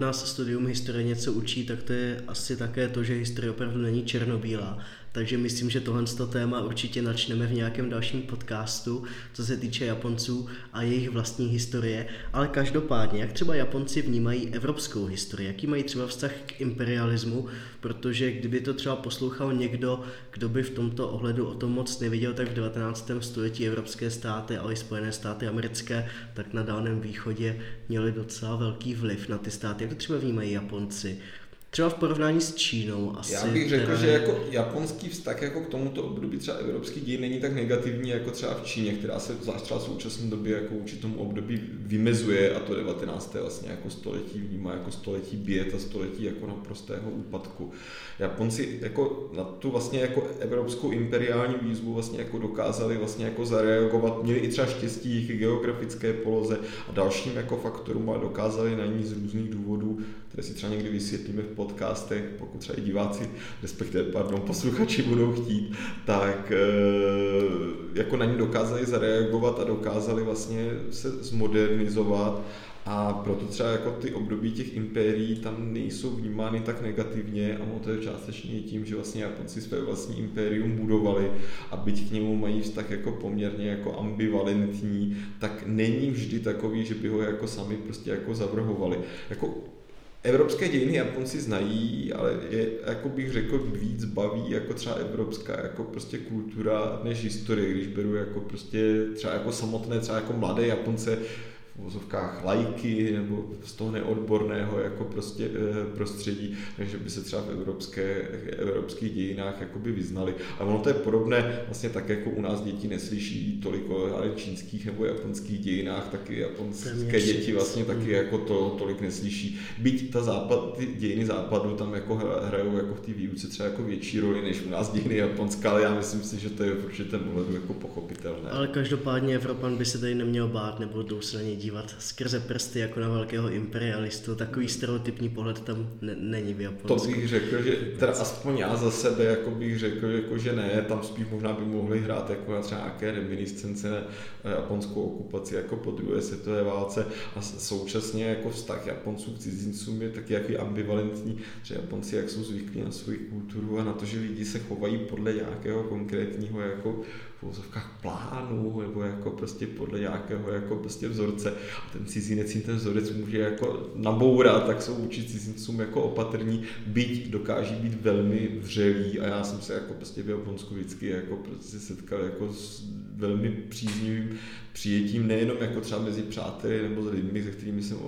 studium historie něco učí, tak to je asi také to, že historie opravdu není černobílá. Takže myslím, že tohle téma určitě načneme v nějakém dalším podcastu, co se týče Japonců a jejich vlastní historie. Ale každopádně, jak třeba Japonci vnímají evropskou historii, jaký mají třeba vztah k imperialismu, protože kdyby to třeba poslouchal někdo, kdo by v tomto ohledu o tom moc nevěděl, tak v 19. století evropské státy, ale i Spojené státy americké, tak na Dálném východě měli docela velký vliv na ty státy. Jak to třeba vnímají Japonci? Třeba v porovnání s Čínou asi. Já bych řekl, že jako japonský vztah jako k tomuto období třeba evropský dějin není tak negativní jako třeba v Číně, která se zvlášť třeba v současné době jako vůči tomu období vymezuje a to 19. vlastně jako století vnímá jako století běd a století jako naprostého úpadku. Japonci jako na tu vlastně jako evropskou imperiální výzvu vlastně jako dokázali vlastně jako zareagovat, měli i třeba štěstí k geografické poloze a dalším jako faktorům a dokázali na ní z různých důvodů, které si třeba někdy vysvětlíme v podcastech, pokud třeba i diváci, respektive posluchači budou chtít, tak jako na ní dokázali zareagovat a dokázali vlastně se zmodernizovat a proto třeba jako ty období těch impérií tam nejsou vnímány tak negativně a to je částečně tím, že vlastně Japonci své vlastní impérium budovali a byť k němu mají vztah jako poměrně jako ambivalentní, tak není vždy takový, že by ho jako sami prostě jako zavrhovali. Jako evropské dějiny Japonci znají, ale je, jako bych řekl, víc baví jako třeba evropská jako prostě kultura než historie, když beru jako prostě třeba jako samotné, třeba jako mladé Japonce v uvozovkách lajky nebo z toho neodborného jako prostě prostředí, takže by se třeba v evropských dějinách jakoby vyznali. A ono to je podobné, vlastně tak jako u nás děti neslyší tolik o čínských nebo japonských dějinách, taky japonské děti vlastně taky jako to tolik neslyší. Byť ty dějiny západu tam jako hrajou jako v té výuce třeba jako větší roli než u nás dějiny japonská, ale já myslím si, že to je v určitém ohledu jako pochopitelné. Ale každopádně Evropan by se tady neměl bát nebo důsledně dívat skrze prsty jako na velkého imperialistu. Takový stereotypní pohled tam není v Japonsku. To bych řekl, že teda aspoň já za sebe jako bych řekl, jako, že ne, tam spíš možná by mohli hrát jako na třeba nějaké reminiscence na japonskou okupaci jako po druhé světové válce a současně jako vztah Japonců k cizincům je taky jaký ambivalentní, že Japonci jak jsou zvyklí na svou kulturu a na to, že lidi se chovají podle nějakého konkrétního jako v uvozovkách plánu nebo jako prostě podle nějakého jako prostě vzorce a ten cizinec jim ten vzorec může jako nabourat, tak jsou vůči cizincům jako opatrní, byť dokáží být velmi vřelí a já jsem se jako prostě v Japonsku vždycky jako prostě setkal jako s velmi příznivým přijetím nejenom jako třeba mezi přáteli nebo s lidmi, se kterými jsem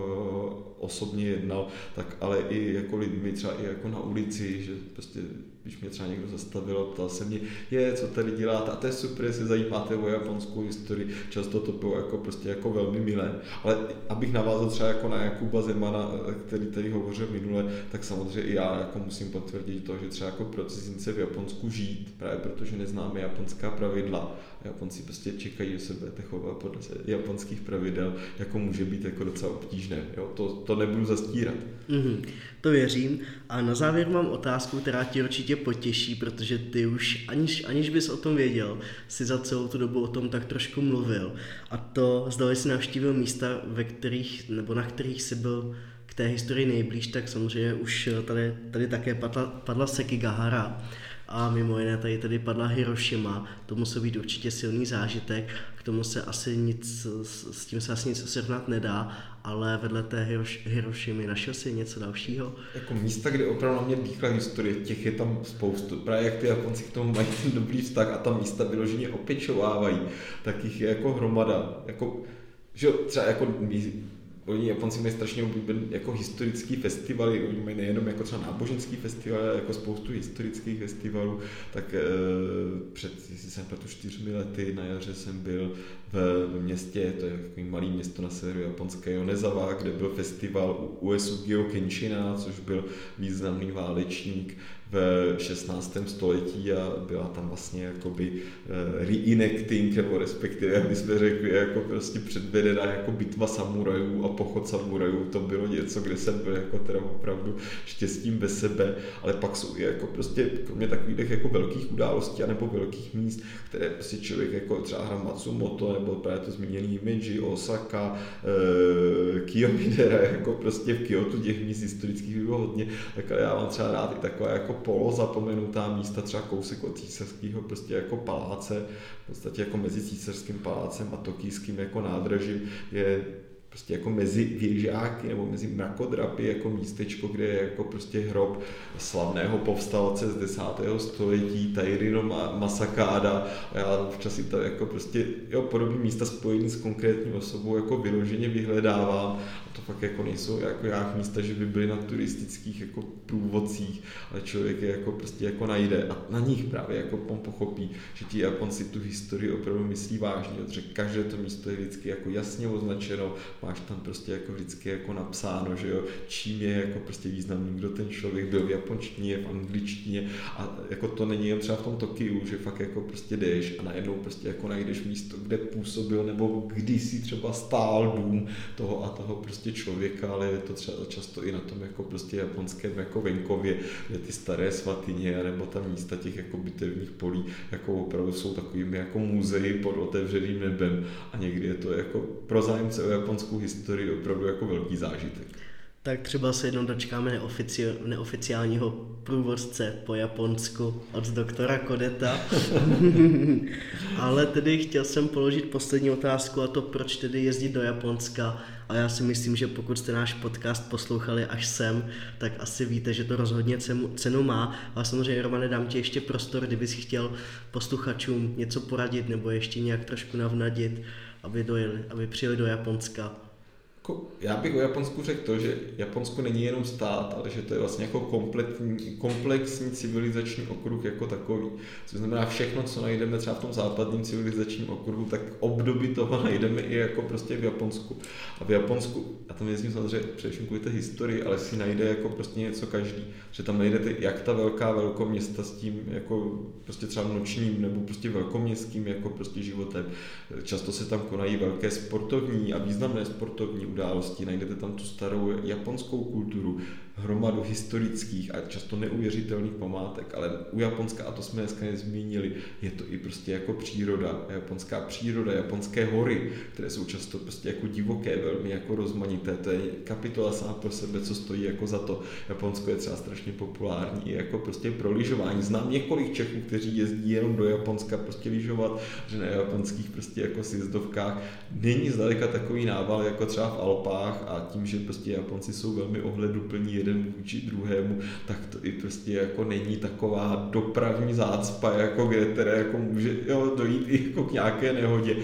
osobně jednal, tak ale i jako lidmi třeba i jako na ulici, že prostě když mě třeba někdo zastavil a ptal se mě, co tady děláte a to je super, jestli zajímáte o japonskou historii, často to bylo jako prostě jako velmi milé, ale abych navázal třeba jako na Jakuba Zemana, který tady hovořil minule, tak samozřejmě i já jako musím potvrdit to, že třeba jako pro cizince v Japonsku žít, právě protože neznáme japonská pravidla, Japonci prostě čekají, že se budete chovat podle japonských pravidel, jako může být jako docela obtížné, jo? To nebudu zastírat. To věřím a na závěr mám otázku, která ti určitě potěší, protože ty už, aniž bys o tom věděl, si za celou tu dobu o tom tak trošku mluvil a to, zdali jsi navštívil místa, na kterých jsi byl k té historii nejblíž, tak samozřejmě už tady také padla Sekigahara. A mimo jiné tady padla Hirošima, to musel být určitě silný zážitek, k tomu se asi s tím se asi nic srovnat nedá, ale vedle té Hirošimy našel si něco dalšího? Jako místa, kde opravdu na mě dýchla historie, těch je tam spoustu, právě jak ty Japonci k tomu mají ten dobrý vztah a ta místa vyloženě opečovávají, tak jich je jako hromada, jako, že třeba jako oni Japonci mají strašně oblíbený jako historický festivaly, oni mají nejenom jako třeba náboženský festival, ale jako spoustu historických festivalů, tak jestli jsem pro 4 lety na jaře jsem byl v městě, to je takový malý město na severu japonské Yonezawa, kde byl festival Uesugio Kenshina, což byl významný válečník v 16. století a byla tam vlastně jakoby reenacting, nebo respektive, jak bychom řekli, jako prostě předvedena jako bitva samurajů a pochod samurajů, to bylo něco, kde jsem byl jako teda opravdu štěstím bez sebe, ale pak jsou i jako prostě kromě takových jako velkých událostí nebo velkých míst, které prostě člověk jako třeba hra Matsumoto nebo právě to zmíněný Himeji, Osaka, Kiyomiura, jako prostě v Kyotu těch míst historických bylo hodně, tak ale já mám třeba rád i taková jako polozapomenutá místa, třeba kousek od císařského prostě jako paláce, v podstatě jako mezi císařským palácem a tokijským jako nádražím je prostě jako mezi věžáky nebo mezi mrakodrapy jako místečko, kde je jako prostě hrob slavného povstalce z 10. století Tairino Masakáda a já občas si to jako prostě podobné místa spojené s konkrétní osobou jako vyloženě vyhledávám a to fakt jako nejsou jako nějak místa, že by byly na turistických jako průvodcích, ale člověk je jako prostě jako najde a na nich právě jako on pochopí, že ti Japonci tu historii opravdu myslí vážně, protože každé to místo je vždycky jako jasně označeno, máš tam prostě jako vždycky jako napsáno, že jo, čím je jako prostě významný, kdo ten člověk byl v japonštině, v angličtině a jako to není jen třeba v tom Tokiu, že fakt jako prostě jdeš a najednou prostě jako najdeš místo, kde působil nebo kdysi třeba stál dům toho a toho prostě člověka, ale je to třeba často i na tom jako prostě japonském jako venkově, kde ty staré svatyně nebo tam místa těch jako bitevních polí jako opravdu jsou takovými jako muzeji pod otevřeným nebem a někdy je to jako pro zájemce o japonskou historii opravdu jako velký zážitek. Tak třeba se jednou dočkáme neoficiálního průvodce po Japonsku od doktora Kodeta. Ale tedy chtěl jsem položit poslední otázku a to, proč tedy jezdit do Japonska. A já si myslím, že pokud jste náš podcast poslouchali až sem, tak asi víte, že to rozhodně cenu má. Ale samozřejmě, Romane, dám ti ještě prostor, kdybys chtěl posluchačům něco poradit nebo ještě nějak trošku navnadit, aby přijeli do Japonska. Já bych o Japonsku řekl to, že Japonsko není jenom stát, ale že to je vlastně jako komplexní civilizační okruh jako takový. Což znamená všechno, co najdeme třeba v tom západním civilizačním okruhu, tak období toho najdeme i jako prostě v Japonsku. A v Japonsku, a tam jezdím samozřejmě především kvůli té historii, ale si najde jako prostě něco každý. Že tam najdete jak ta velká velkoměsta s tím jako prostě třeba nočním nebo prostě velkoměstským jako prostě životem. Často se tam konají velké sportovní a významné sportovní události, najdete tam tu starou japonskou kulturu, hromadu historických a často neuvěřitelných památek, ale u Japonska, a to jsme dneska nezmínili, je to i prostě jako příroda, japonská příroda, japonské hory, které jsou často prostě jako divoké, velmi jako rozmanité, to je kapitola sama pro sebe, co stojí jako za to. Japonsko je třeba strašně populární i jako prostě pro lyžování. Znám několik Čechů, kteří jezdí jenom do Japonska prostě lyžovat, že na japonských prostě jako sjezdovkách není zdaleka takový nával jako třeba v Alpách a tím, že prostě Japonci jsou velmi ohleduplní jeden vůči druhému, tak to i prostě jako není taková dopravní zácpa, jako které jako může dojít i jako k nějaké nehodě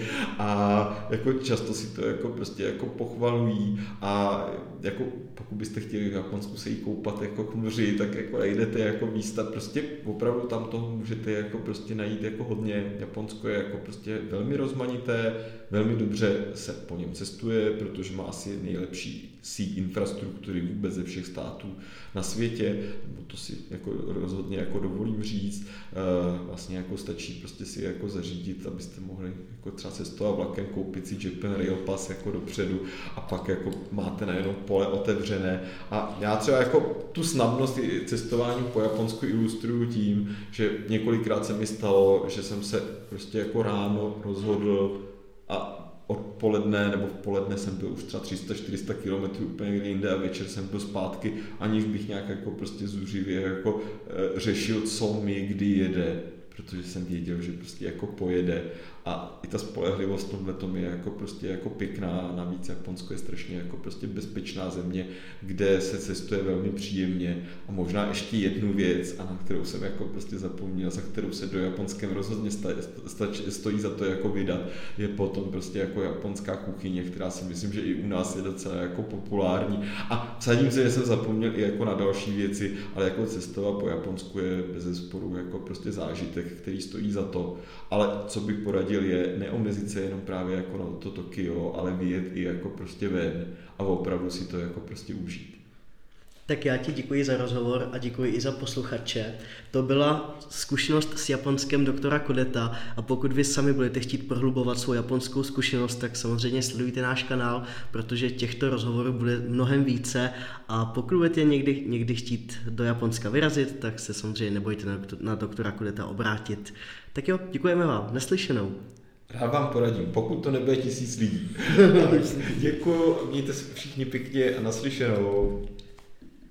a jako často si to jako prostě jako pochvalují a jako pokud byste chtěli v Japonsku se jí koupat jako k moři, tak jako najdete jako místa, prostě opravdu tam toho můžete jako prostě najít jako hodně. Japonsko je jako prostě velmi rozmanité, velmi dobře se po něm cestuje, protože má asi nejlepší síť infrastruktury vůbec ze všech států na světě, to si jako rozhodně jako dovolím říct, vlastně jako stačí prostě si jako zařídit, abyste mohli jako třeba cestovat vlakem, koupit si Japan Rail Pass jako dopředu a pak jako máte najednou pole otevřené a já třeba jako tu snadnost cestování po Japonsku ilustruju tím, že několikrát se mi stalo, že jsem se prostě jako ráno rozhodl a odpoledne nebo v poledne jsem byl už třeba 300-400 km úplně někde jinde a večer jsem byl zpátky, aniž bych nějak jako prostě zuřivě jako řešil, co mi kdy jede, protože jsem věděl, že prostě jako pojede a i ta spolehlivost v tomhletom je jako prostě jako pěkná, navíc Japonsko je strašně jako prostě bezpečná země, kde se cestuje velmi příjemně a možná ještě jednu věc, a na kterou jsem jako prostě zapomněl, za kterou se do japonském rozhodně stojí za to jako vydat, je potom prostě jako japonská kuchyně, která si myslím, že i u nás je docela jako populární a vsadím se, že jsem zapomněl i jako na další věci, ale jako cestovat po Japonsku je bezesporu jako prostě zážitek, který stojí za to, ale co bych poradil je neomezit se jenom právě jako na to Tokio, ale vyjet i jako prostě ven a opravdu si to jako prostě užít. Tak já ti děkuji za rozhovor a děkuji i za posluchače. To byla zkušenost s Japonskem doktora Kodeta a pokud vy sami budete chtít prohlubovat svou japonskou zkušenost, tak samozřejmě sledujte náš kanál, protože těchto rozhovorů bude mnohem více a pokud budete někdy chtít do Japonska vyrazit, tak se samozřejmě nebojte na doktora Kodeta obrátit. Tak jo, děkujeme vám, naslyšenou. Rád vám poradím, pokud to nebude 1000 lidí. Děkuju, mějte se všichni pěkně a naslyšenou.